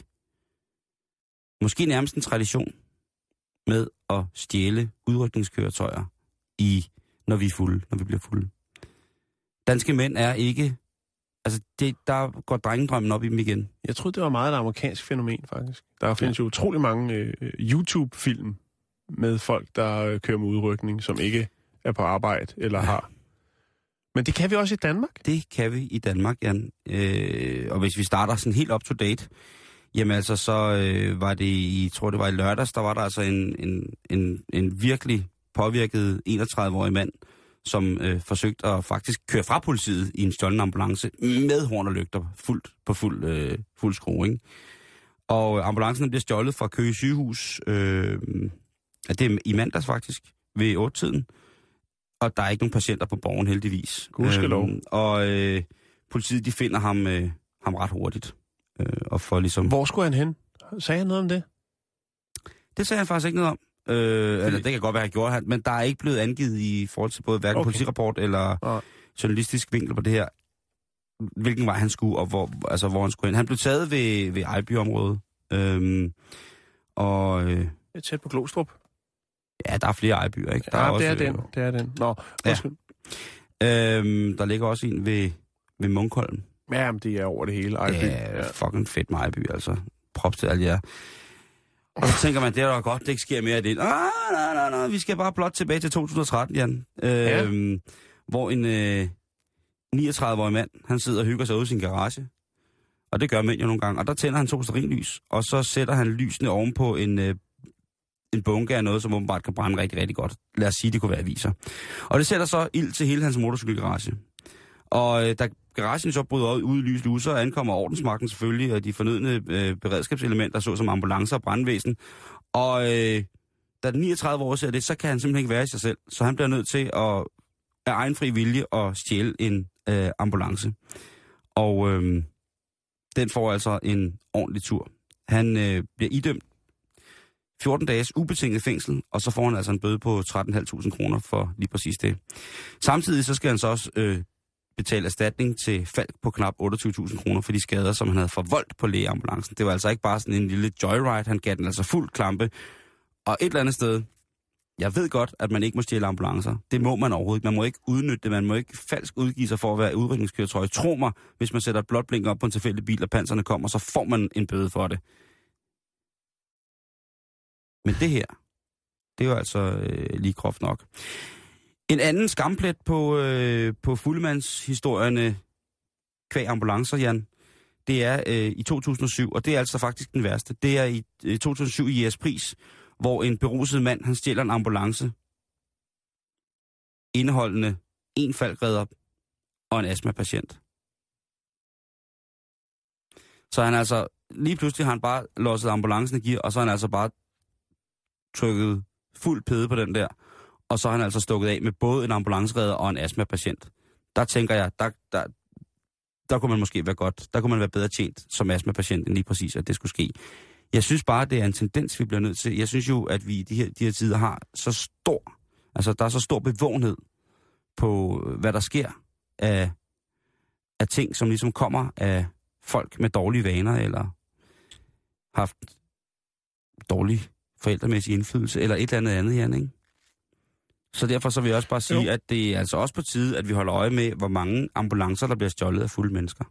Måske nærmest en tradition med at stjæle udrykningskøretøjer, når vi er fulde, når vi bliver fulde. Danske mænd er ikke... Altså, der går drengedrømmen op i dem igen. Jeg troede, det var meget et amerikansk fænomen, faktisk. Der findes jo utrolig mange YouTube-film med folk, der kører med udrykning, som ikke er på arbejde eller har. Men det kan vi også i Danmark? Det kan vi i Danmark, Jan. Og hvis vi starter sådan helt up to date, jamen altså, så var det jeg tror det var i lørdags, der var der altså en virkelig påvirket 31-årig mand, som forsøgte at faktisk køre fra politiet i en stjålen ambulance med horn og lygter på fuld skrue, ikke? Og ambulancen bliver stjålet fra Køge sygehus, det er i mandags faktisk, ved 8-tiden. Og der er ikke nogen patienter på borgen, heldigvis. Gudskelov. Politiet, de finder ham ret hurtigt. Og for ligesom... Hvor skulle han hen? Sagde han noget om det? Det sagde han faktisk ikke noget om. Eller det kan godt være, han gjorde han, men der er ikke blevet angivet i forhold til både hverken politirapport eller journalistisk vinkel på det her, hvilken vej han skulle, og hvor han skulle hen. Han blev taget ved Ejby-området. Det er tæt på Glostrup. Ja, der er flere Ejbyer, ikke? Der ja, er også, det er den. Nå, der ligger også en ved Munkholm. Ja, men det er over det hele, Ejby. Ja, fucking fedt med Ejby, altså. Props til alle jer. Og så tænker man, det er da godt, det ikke sker mere af det. Nej, vi skal bare blot tilbage til 2013, Jan. Hvor en 39-årig mand, han sidder og hygger sig ude i sin garage. Og det gør mænd jo nogle gange. Og der tænder han 2 stearinlys, og så sætter han lysene ovenpå en bunke af noget, som åbenbart kan brænde rigtig, rigtig godt. Lad os sige, det kunne være aviser. Og det sætter så ild til hele hans motorcykelgarage. Og da garagen så bryder ud i lys luser, ankommer ordensmagten selvfølgelig, og de fornødne beredskabselementer, såsom ambulancer og brandvæsen. Og da den 39 år ser det, så kan han simpelthen ikke være i sig selv. Så han bliver nødt til at af egen fri vilje at stjæle en ambulance. Og den får altså en ordentlig tur. Han bliver idømt 14 dages ubetinget fængsel, og så får han altså en bøde på 13.500 kroner for lige præcis det. Samtidig så skal han så også betale erstatning til Falk på knap 28.000 kroner for de skader, som han havde forvoldt på lægeambulancen. Det var altså ikke bare sådan en lille joyride, han gav den altså fuld klampe. Og et eller andet sted, jeg ved godt, at man ikke må stjæle ambulancer. Det må man overhovedet ikke. Man må ikke udnytte det, man må ikke falsk udgive sig for at være udrykningskøretøj. Tro mig, hvis man sætter et blåt blink op på en tilfældig bil, og panserne kommer, så får man en bøde for det. Men det her, det er jo altså lige groft nok. En anden skamplet på fuldemandshistorierne kvæg ambulancer, Jan, det er i 2007, og det er altså faktisk den værste. Det er i 2007 i Jægerspris, hvor en beruset mand, han stjæler en ambulance, indeholdende en falkredder og en astmapatient. Så han altså, lige pludselig har han bare låset ambulancen i gear, og så har han altså bare trykket fuld pæde på den der, Og så er han altså stukket af med både en ambulanceredder og en astmapatient. Der tænker jeg, der kunne man måske være godt, der kunne man være bedre tjent som astmapatient, end lige præcis, at det skulle ske. Jeg synes bare, det er en tendens, vi bliver nødt til. Jeg synes jo, at vi i de her tider har så stor, altså der er så stor bevågenhed på, hvad der sker af ting, som ligesom kommer af folk med dårlige vaner, eller haft dårlig forældremæssig indflydelse, eller et eller andet, Jan, ikke? Så derfor så vil jeg også bare sige, at det er altså også på tide, at vi holder øje med, hvor mange ambulancer, der bliver stjålet af fulde mennesker.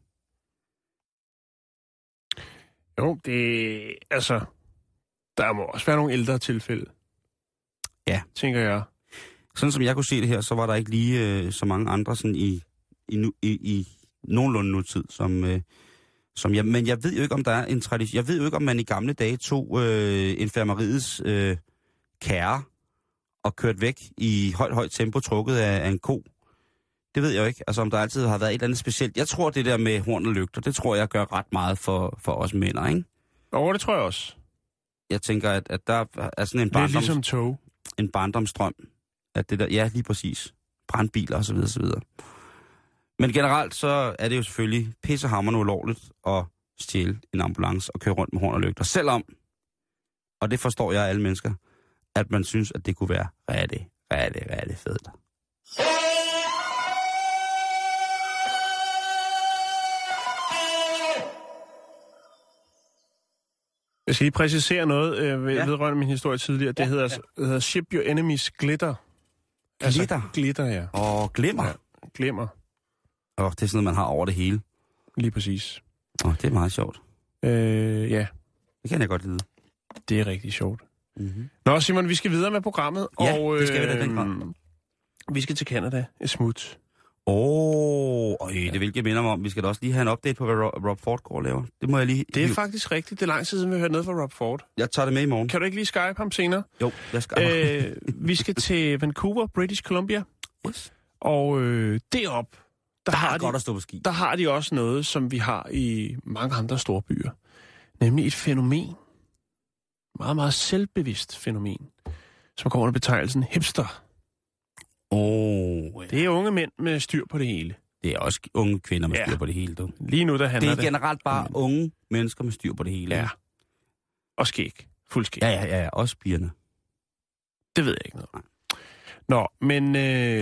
Jo, det... Altså, der må også være nogle ældre tilfælde. Ja. Tænker jeg. Sådan som jeg kunne se det her, så var der ikke lige så mange andre sådan i nogenlunde nutid, som jeg... Men jeg ved jo ikke, om der er en tradition... Jeg ved jo ikke, om man i gamle dage tog infirmeriets kære og kørt væk i højt tempo, trukket af en ko. Det ved jeg jo ikke. Altså, om der altid har været et eller andet specielt. Jeg tror, det der med horn og lygter, det tror jeg gør ret meget for os mænd, ikke? Jo, det tror jeg også. Jeg tænker, at der er sådan det er ligesom tog. En barndomsdrøm. At det der, ja, lige præcis. Brandbiler og så videre, så videre. Men generelt, så er det jo selvfølgelig pissehammerende ulovligt at stjæle en ambulance og køre rundt med horn og lygter. Selvom, og det forstår jeg alle mennesker, at man synes, at det kunne være rigtig fedt. Jeg skal lige præcisere noget vedrørende min historie tidligere. Det hedder Ship Your Enemies Glitter. Glitter? Altså, glitter, ja. Glimmer? Ja, glimmer. Det er sådan noget, man har over det hele. Lige præcis. Det er meget sjovt. Ja. Det kan jeg godt lide. Det er rigtig sjovt. Mm-hmm. Nå, Simon, vi skal videre med programmet. Ja, og, det skal vi da den grad. Vi skal til Canada. Et smut. Det vil jeg minde om. Vi skal da også lige have en update på, hvad Rob Ford går og laver. Det må jeg lige... Det er faktisk rigtigt. Det er lang tid siden, vi har hørt noget fra Rob Ford. Jeg tager det med i morgen. Kan du ikke lige Skype ham senere? Jo, jeg skal. Vi skal til Vancouver, British Columbia. Yes. Og derop, der har godt at stå på ski. Der har de også noget, som vi har i mange andre store byer. Nemlig et fænomen. Meget, meget selvbevidst fænomen. Som kommer under betegnelsen hipster. Det er unge mænd med styr på det hele. Det er også unge kvinder med styr på det hele, du. Lige nu, der handler det... Det er generelt bare unge mennesker med styr på det hele. Ja. Og skæg. Fuld skæg. Ja. Også pigerne. Det ved jeg ikke noget om. Nå, men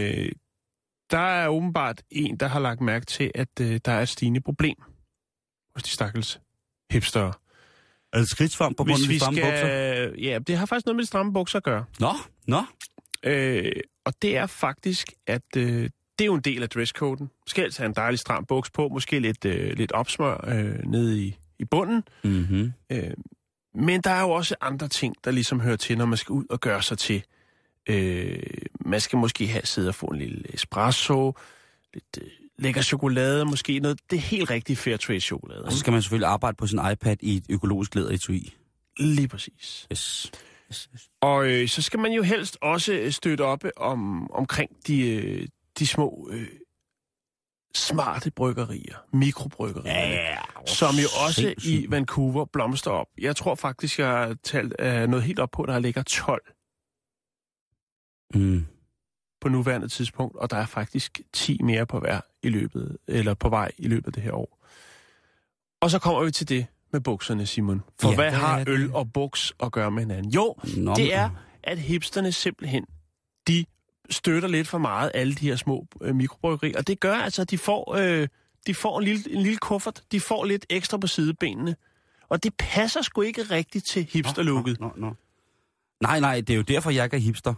der er åbenbart en, der har lagt mærke til, at der er et stigende problem hos de stakkels hipstere. Er det skridtsvarm på grund af de stramme bukser? Ja, det har faktisk noget med de stramme bukser at gøre. Nå. Og det er faktisk, at det er jo en del af dresscoden. Skal altså have en dejlig stram buks på, måske lidt opsmør nede i bunden. Mm-hmm. Men der er jo også andre ting, der ligesom hører til, når man skal ud og gøre sig til. Man skal måske sidde og få en lille espresso, lidt lækker chokolade, måske noget. Det er helt rigtig Fairtrade chokolade. Og så skal man selvfølgelig arbejde på sin iPad i et økologisk læderetui. Lige præcis. Yes. Og så skal man jo helst også støtte op omkring de små smarte bryggerier, mikrobryggerier, som jo også i Vancouver blomster op. Jeg tror faktisk, jeg har talt noget helt op på, der ligger 12 på nuværende tidspunkt, og der er faktisk 10 mere på vej i løbet af det her år. Og så kommer vi til det med bukserne, Simon. For hvad har øl og buks at gøre med hinanden? Jo, det er, at hipsterne simpelthen, de støtter lidt for meget alle de her små mikrobryggerier, og det gør altså, at de får en lille kuffert, de får lidt ekstra på sidebenene, og det passer sgu ikke rigtigt til hipsterlooket. Nej, det er jo derfor, jeg ikke er hipster.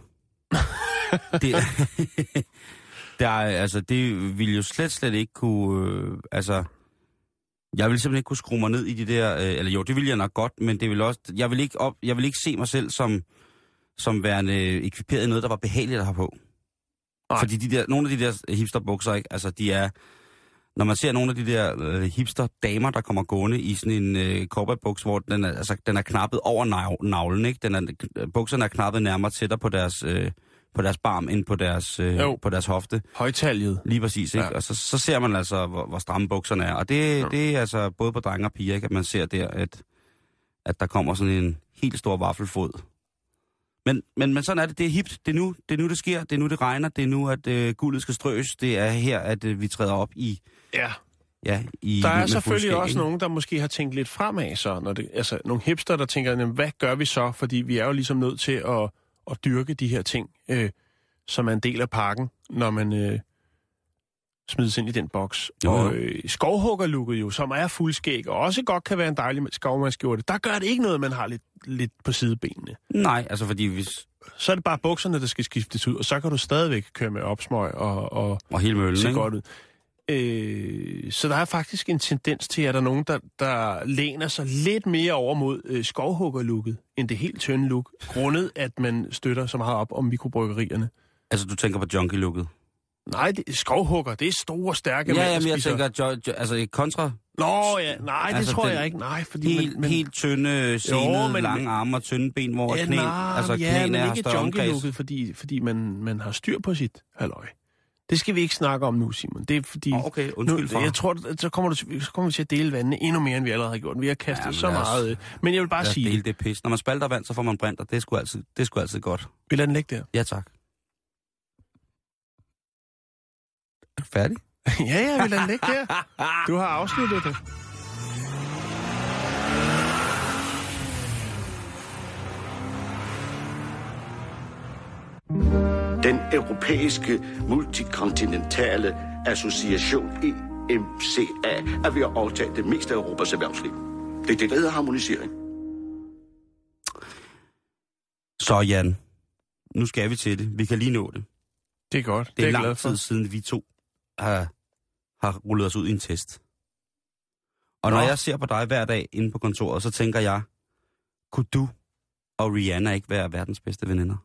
Det vil jo slet ikke kunne... jeg vil simpelthen ikke kunne skrue mig ned i de der... det vil jeg nok godt, men det vil også... Jeg vil ikke se mig selv som værende ekviperet i noget, der var behageligt at have på. Nej. Fordi nogle af de der hipsterbukser, ikke? Altså, de er... Når man ser nogle af de der hipster-damer, der kommer gående i sådan en cowboybuks, hvor den er knappet over navlen, ikke? Bukserne er knappet nærmere tættere på deres barm end på deres hofte. Højtaljet. Lige præcis, ikke? Ja. Og så ser man altså, hvor stramme bukserne er. Og det er altså både på drenge og piger, ikke? At man ser der, at der kommer sådan en helt stor vaffelfod Men sådan er det. Det er hipt. Det er nu, det sker. Det er nu, det regner. Det er nu, at guldet skal strøs. Det er her, at vi træder op i... Ja. Ja, der er selvfølgelig også nogen, der måske har tænkt lidt fremad så. Når det, altså nogle hipster, der tænker, hvad gør vi så? Fordi vi er jo ligesom nødt til at dyrke de her ting, som er en del af pakken, når man smides ind i den boks. Og skovhuggerlooket jo, som er fuldskæg, og også godt kan være en dejlig skovmandskjorte, der gør det ikke noget, man har lidt på sidebenene. Nej, altså fordi hvis... Så er det bare bukserne, der skal skiftes ud, og så kan du stadigvæk køre med opsmøg og hele møllen, se ikke? godt ud. Så der er faktisk en tendens til, at der er nogen, der læner sig lidt mere over mod skovhuggerlooket, end det helt tynde look, grundet at man støtter så meget op om mikrobryggerierne. Altså, du tænker på junkie-looket? Nej, skovhugger, det er store, stærke mænd, Ja, men jeg tænker, altså kontra... Nå ja, nej, det altså, tror jeg ikke. Nej, fordi helt tynde, senede, lange arme og tynde ben, hvor knæene er større junkie-looket, fordi man har styr på sit halløj. Det skal vi ikke snakke om nu, Simon. Det er fordi... Okay, undskyld for. Jeg tror, så kommer vi til at dele vandene endnu mere, end vi allerede har gjort. Vi har kastet så meget... Men jeg vil bare sige... Dele det pis. Når man spalter vand, så får man brændt, og det er sgu altid godt. Vi lader den ligge der. Ja, tak. Er du færdig? Ja, vi lader den ligge der. Du har afsluttet det. Den europæiske multikontinentale association EMCA er ved at overtage det meste af Europas erhvervsliv. Det er det, der hedder harmonisering. Så Jan, nu skal vi til det. Vi kan lige nå det. Det er godt. Det er lang tid siden, vi to har rullet os ud i en test. Og når jeg ser på dig hver dag inde på kontoret, så tænker jeg, kunne du og Rihanna ikke være verdens bedste veninder?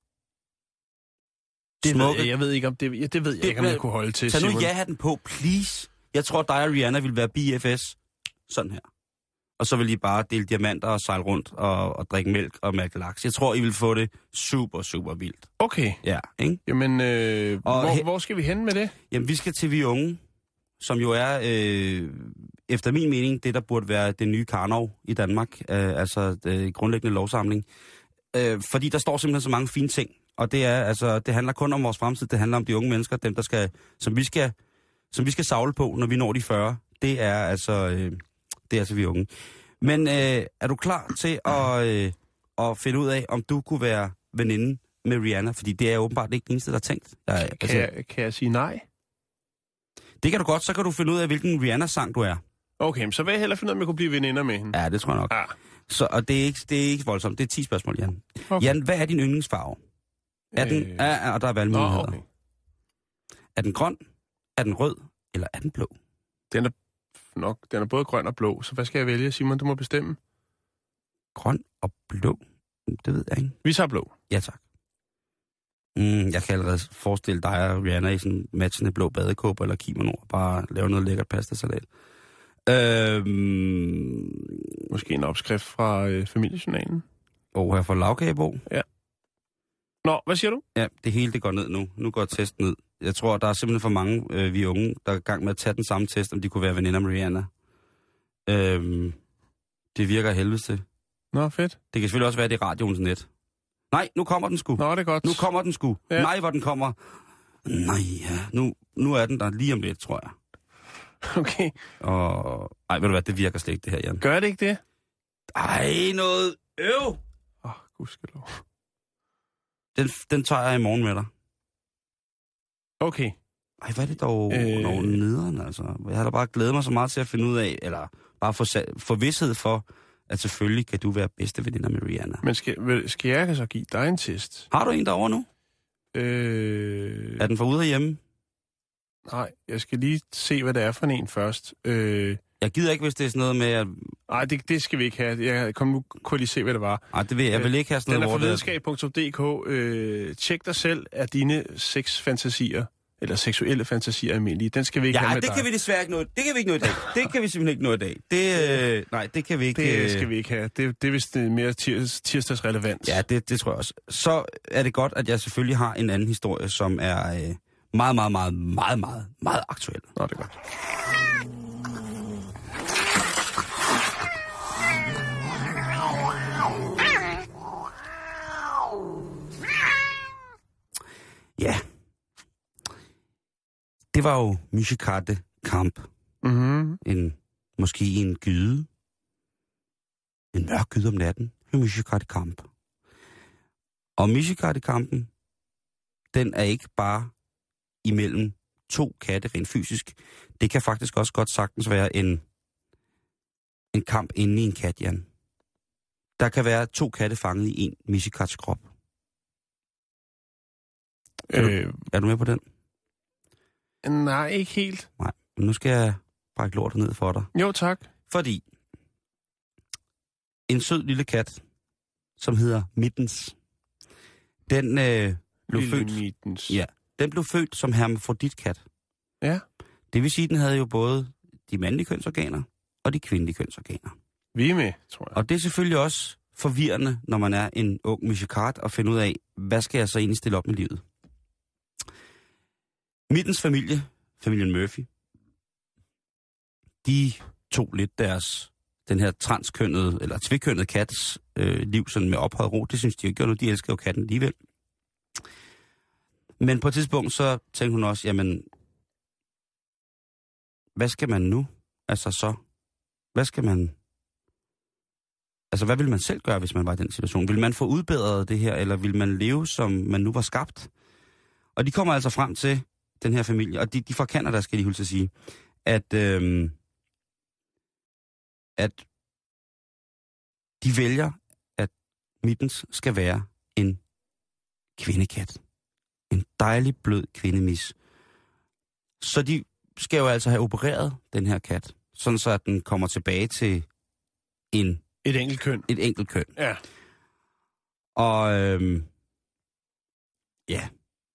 Jeg ved ikke, om det ved jeg ikke, om jeg kunne holde til, Simon. Tag nu ja-hatten på, please. Jeg tror, dig og Rihanna ville være BFS. Sådan her. Og så vil I bare dele diamanter og sejle rundt og drikke mælk og mælke laks. Jeg tror, I vil få det super, super vildt. Okay. Ja, ikke? Jamen, hvor skal vi hen med det? Jamen, vi skal til Vi Unge, som jo er, efter min mening, det der burde være det nye Karnov i Danmark. Altså grundlæggende lovsamling. Fordi der står simpelthen så mange fine ting. Og det er altså, det handler kun om vores fremtid, det handler om de unge mennesker, dem der skal, som vi skal savle på, når vi når de 40. Det er altså vi unge. Men er du klar til at finde ud af, om du kunne være veninde med Rihanna? Fordi det er åbenbart ikke det eneste, der er tænkt. Kan jeg sige nej? Det kan du godt, så kan du finde ud af, hvilken Rihanna-sang du er. Okay, så vil jeg hellere finde ud af, om jeg kunne blive veninder med hende. Ja, det tror jeg nok. Ja. Så, og det er ikke voldsomt. Det er 10 spørgsmål, Jan. Okay. Jan, hvad er din yndlingsfarve? Er den, og der er valgmuligheder. Okay. Er den grøn, er den rød, eller er den blå? Den er både grøn og blå, så hvad skal jeg vælge, Simon? Du må bestemme. Grøn og blå? Det ved jeg ikke. Vi tager blå. Ja, tak. Jeg kan allerede forestille dig og Rihanna i sådan matchende blå badekåber eller kimono og bare lave noget lækkert pastasalat. Måske en opskrift fra familiejournalen. Her fra Lavkagebo. Ja. Nå, hvad siger du? Ja, det hele det går ned nu. Nu går testen ned. Jeg tror, der er simpelthen for mange vi unge, der er i gang med at tage den samme test, om de kunne være veninder med Rihanna. Det virker helvedes til. Nå, fedt. Det kan selvfølgelig også være, det er radioens net. Nej, nu kommer den sgu. Nå, det er godt. Nu kommer den sgu. Ja. Nej, hvor den kommer. Nej, ja. Nu er den der lige om lidt, tror jeg. Okay. Og ej, ved du hvad, det virker slet ikke, det her, Jan. Gør det ikke det? Ej, noget øv. Gudskelov. Den tager jeg i morgen med dig. Okay. Ej, hvad er det dog nederen, altså? Jeg har da bare glædet mig så meget til at finde ud af, eller bare få vished for, at selvfølgelig kan du være bedste veninder med Rihanna. Men skal jeg så give dig en test? Har du en derovre nu? Er den for ude herhjemme? Nej, jeg skal lige se, hvad det er for en først. Jeg gider ikke, hvis det er sådan noget med at... Nej, det skal vi ikke have. Jeg kunne lige se, hvad det var. Nej, det vil jeg vil ikke have sådan noget. Den er fra videnskab.dk. Tjek dig selv, er dine sexfantasier, eller seksuelle fantasier almindelige. Den skal vi ikke have med dig. Ja, det kan vi desværre ikke nå. Det kan vi ikke nå i dag. Det kan vi simpelthen ikke nå i dag. Nej, det kan vi ikke. Det skal vi ikke have. Det er vist mere tirsdagsrelevant. Ja, det tror jeg også. Så er det godt, at jeg selvfølgelig har en anden historie, som er meget aktuel. Nå, det er godt. var jo Mishikate Kamp. Mm-hmm. Måske en gyde. En mørk gyde om natten. Mishikate Kamp. Og Mishikate Kampen, den er ikke bare imellem to katte rent fysisk. Det kan faktisk også godt sagtens være en kamp inde i en kat, Jan. Der kan være to katte fanget i en Mishikats krop. Er du med på den? Nej, ikke helt. Nej, men nu skal jeg brække lortet ned for dig. Jo, tak. Fordi en sød lille kat, som hedder Mittens, den blev født. Mittens. Ja, den blev født som hermafroditkat. Ja. Det vil sige, at den havde jo både de mandlige kønsorganer og de kvindelige kønsorganer. Vi er med, tror jeg. Og det er selvfølgelig også forvirrende, når man er en ung Mishikat, og finde ud af, hvad skal jeg så egentlig stille op med livet? Mittens familie, familien Murphy, de tog lidt den her transkønnede, eller tvikønnede kats liv sådan med ophøjet ro. Det synes de jo ikke gjorde noget. De elsker jo katten alligevel. Men på et tidspunkt så tænkte hun også, jamen, hvad skal man nu? Hvad vil man selv gøre, hvis man var i den situation? Vil man få udbedret det her, eller vil man leve, som man nu var skabt? Og de kommer altså frem til den her familie, og de fra Canada, skal de huske at sige, at de vælger, at Mittens skal være en kvindekat. En dejlig, blød kvindemis. Så de skal jo altså have opereret den her kat, sådan så at den kommer tilbage til et enkelt køn. Et enkelt køn. Ja. Og ja.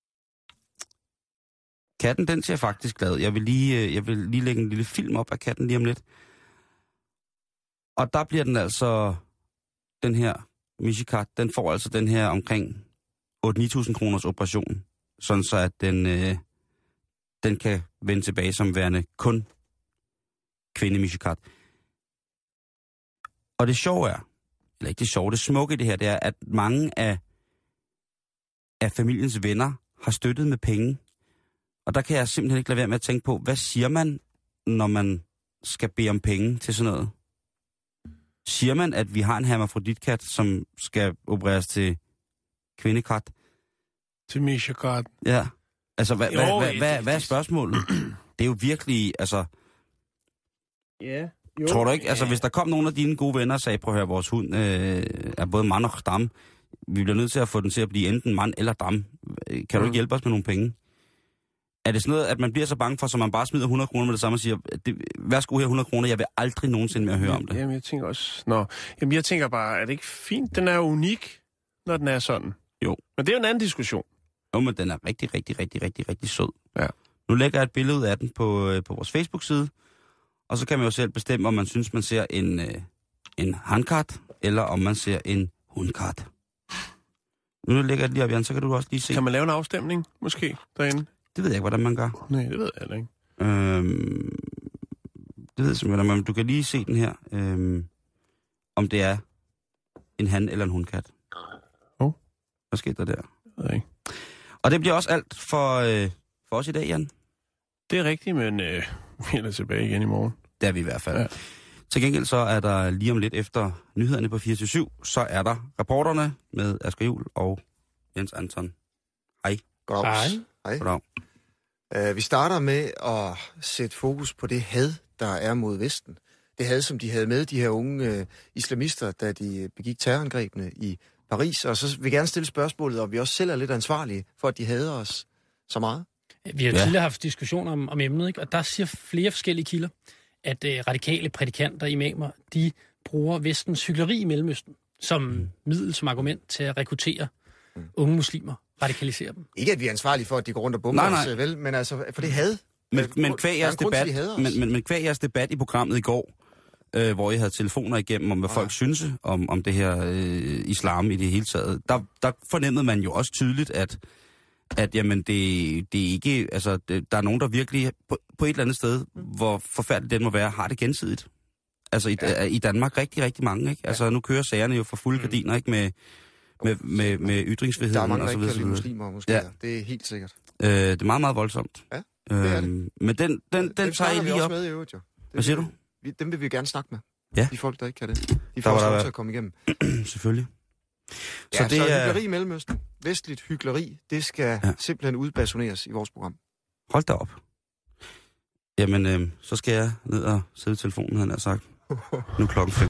Katten, den ser faktisk glad. Jeg vil lige lægge en lille film op af katten lige om lidt. Og der bliver den altså, den her Mishikat, den får altså den her omkring 8-9.000 kroners operation, sådan så at den kan vende tilbage som værende kun kvinde Mishikat. Og det sjove er, eller ikke det sjove, det smukke i det her, det er, at mange af familiens venner har støttet med penge. Og der kan jeg simpelthen ikke lade være med at tænke på, hvad siger man, når man skal bede om penge til sådan noget? Siger man, at vi har en hermafroditkat, som skal opereres til kvindekat? Til Mishikat. Ja. Altså, hvad er spørgsmålet? Det er jo virkelig, altså... Ja. Jo, tror du ikke, altså hvis der kom nogle af dine gode venner og sagde, prøv at høre, vores hund er både mand og dam. Vi bliver nødt til at få den til at blive enten mand eller dam. Kan du ikke hjælpe os med nogle penge? Er det sådan noget, at man bliver så bange for, så man bare smider 100 kroner med det samme og siger, værsgo her 100 kroner, jeg vil aldrig nogensinde mere høre om det? Jamen jeg tænker også, jeg tænker bare, er det ikke fint? Den er unik, når den er sådan. Jo. Men det er jo en anden diskussion. Jo, men den er rigtig, rigtig, rigtig, rigtig, rigtig sød. Ja. Nu lægger jeg et billede ud af den på vores Facebook-side. Og så kan man jo selv bestemme, om man synes, man ser en hankat, eller om man ser en hundkat. Nu lægger jeg det lige op, Jan, så kan du også lige se. Kan man lave en afstemning, måske, derinde? Det ved jeg ikke, hvordan man gør. Nej, det ved jeg heller ikke. Det ved jeg simpelthen, men du kan lige se den her, om det er en han eller en hundkat. Hvad sker der? Nej. Og det bliver også alt for os i dag, Jan. Det er rigtigt, men vi er der tilbage igen i morgen. Det er vi i hvert fald. Ja. Til gengæld så er der lige om lidt efter nyhederne på 24/7, så er der reporterne med Asger Juhl og Jens Anton. Hej. Goddag. Hej. Goddag. Vi starter med at sætte fokus på det had, der er mod Vesten. Det had, som de havde med, de her unge islamister, da de begik terrorangrebene i Paris. Og så vil jeg gerne stille spørgsmålet, om vi også selv er lidt ansvarlige for, at de hader os så meget. Vi har tidligere haft diskussioner om emnet, ikke? Og der siger flere forskellige kilder, at radikale prædikanter, imamer, de bruger vestens hykleri i Mellemøsten som middel, som argument til at rekruttere unge muslimer, radikalisere dem. Ikke at vi er ansvarlige for, at de går rundt og bomber os, vel, men altså for det had. Men kvæg jeres debat i programmet i går, hvor I havde telefoner igennem om, hvad folk synes om det her islam i det hele taget, der fornemmede man jo også tydeligt, at jamen, det er ikke, altså, der er nogen, der virkelig på et eller andet sted, hvor forfærdeligt den må være, har det gensidigt. Altså i Danmark rigtig, rigtig mange, ikke? Altså nu kører sagerne jo for fulde gardiner, ikke? Med ytringsfriheden og så videre. Der er mange rigtig muslimer, måske. Ja. Det er helt sikkert. Det er meget, meget voldsomt. Ja. Men den tager I lige op. Med i øvrigt, jo. Hvad siger du? Dem vil vi gerne snakke med. Ja. De folk, der ikke kan det. De får lov til at komme igennem. Selvfølgelig. Så hykleri i Mellemøsten, vestligt hykleri, det skal simpelthen udbasuneres i vores program. Hold da op. Jamen, så skal jeg ned og sidde i telefonen, havde jeg sagt. Nu er klokken 5.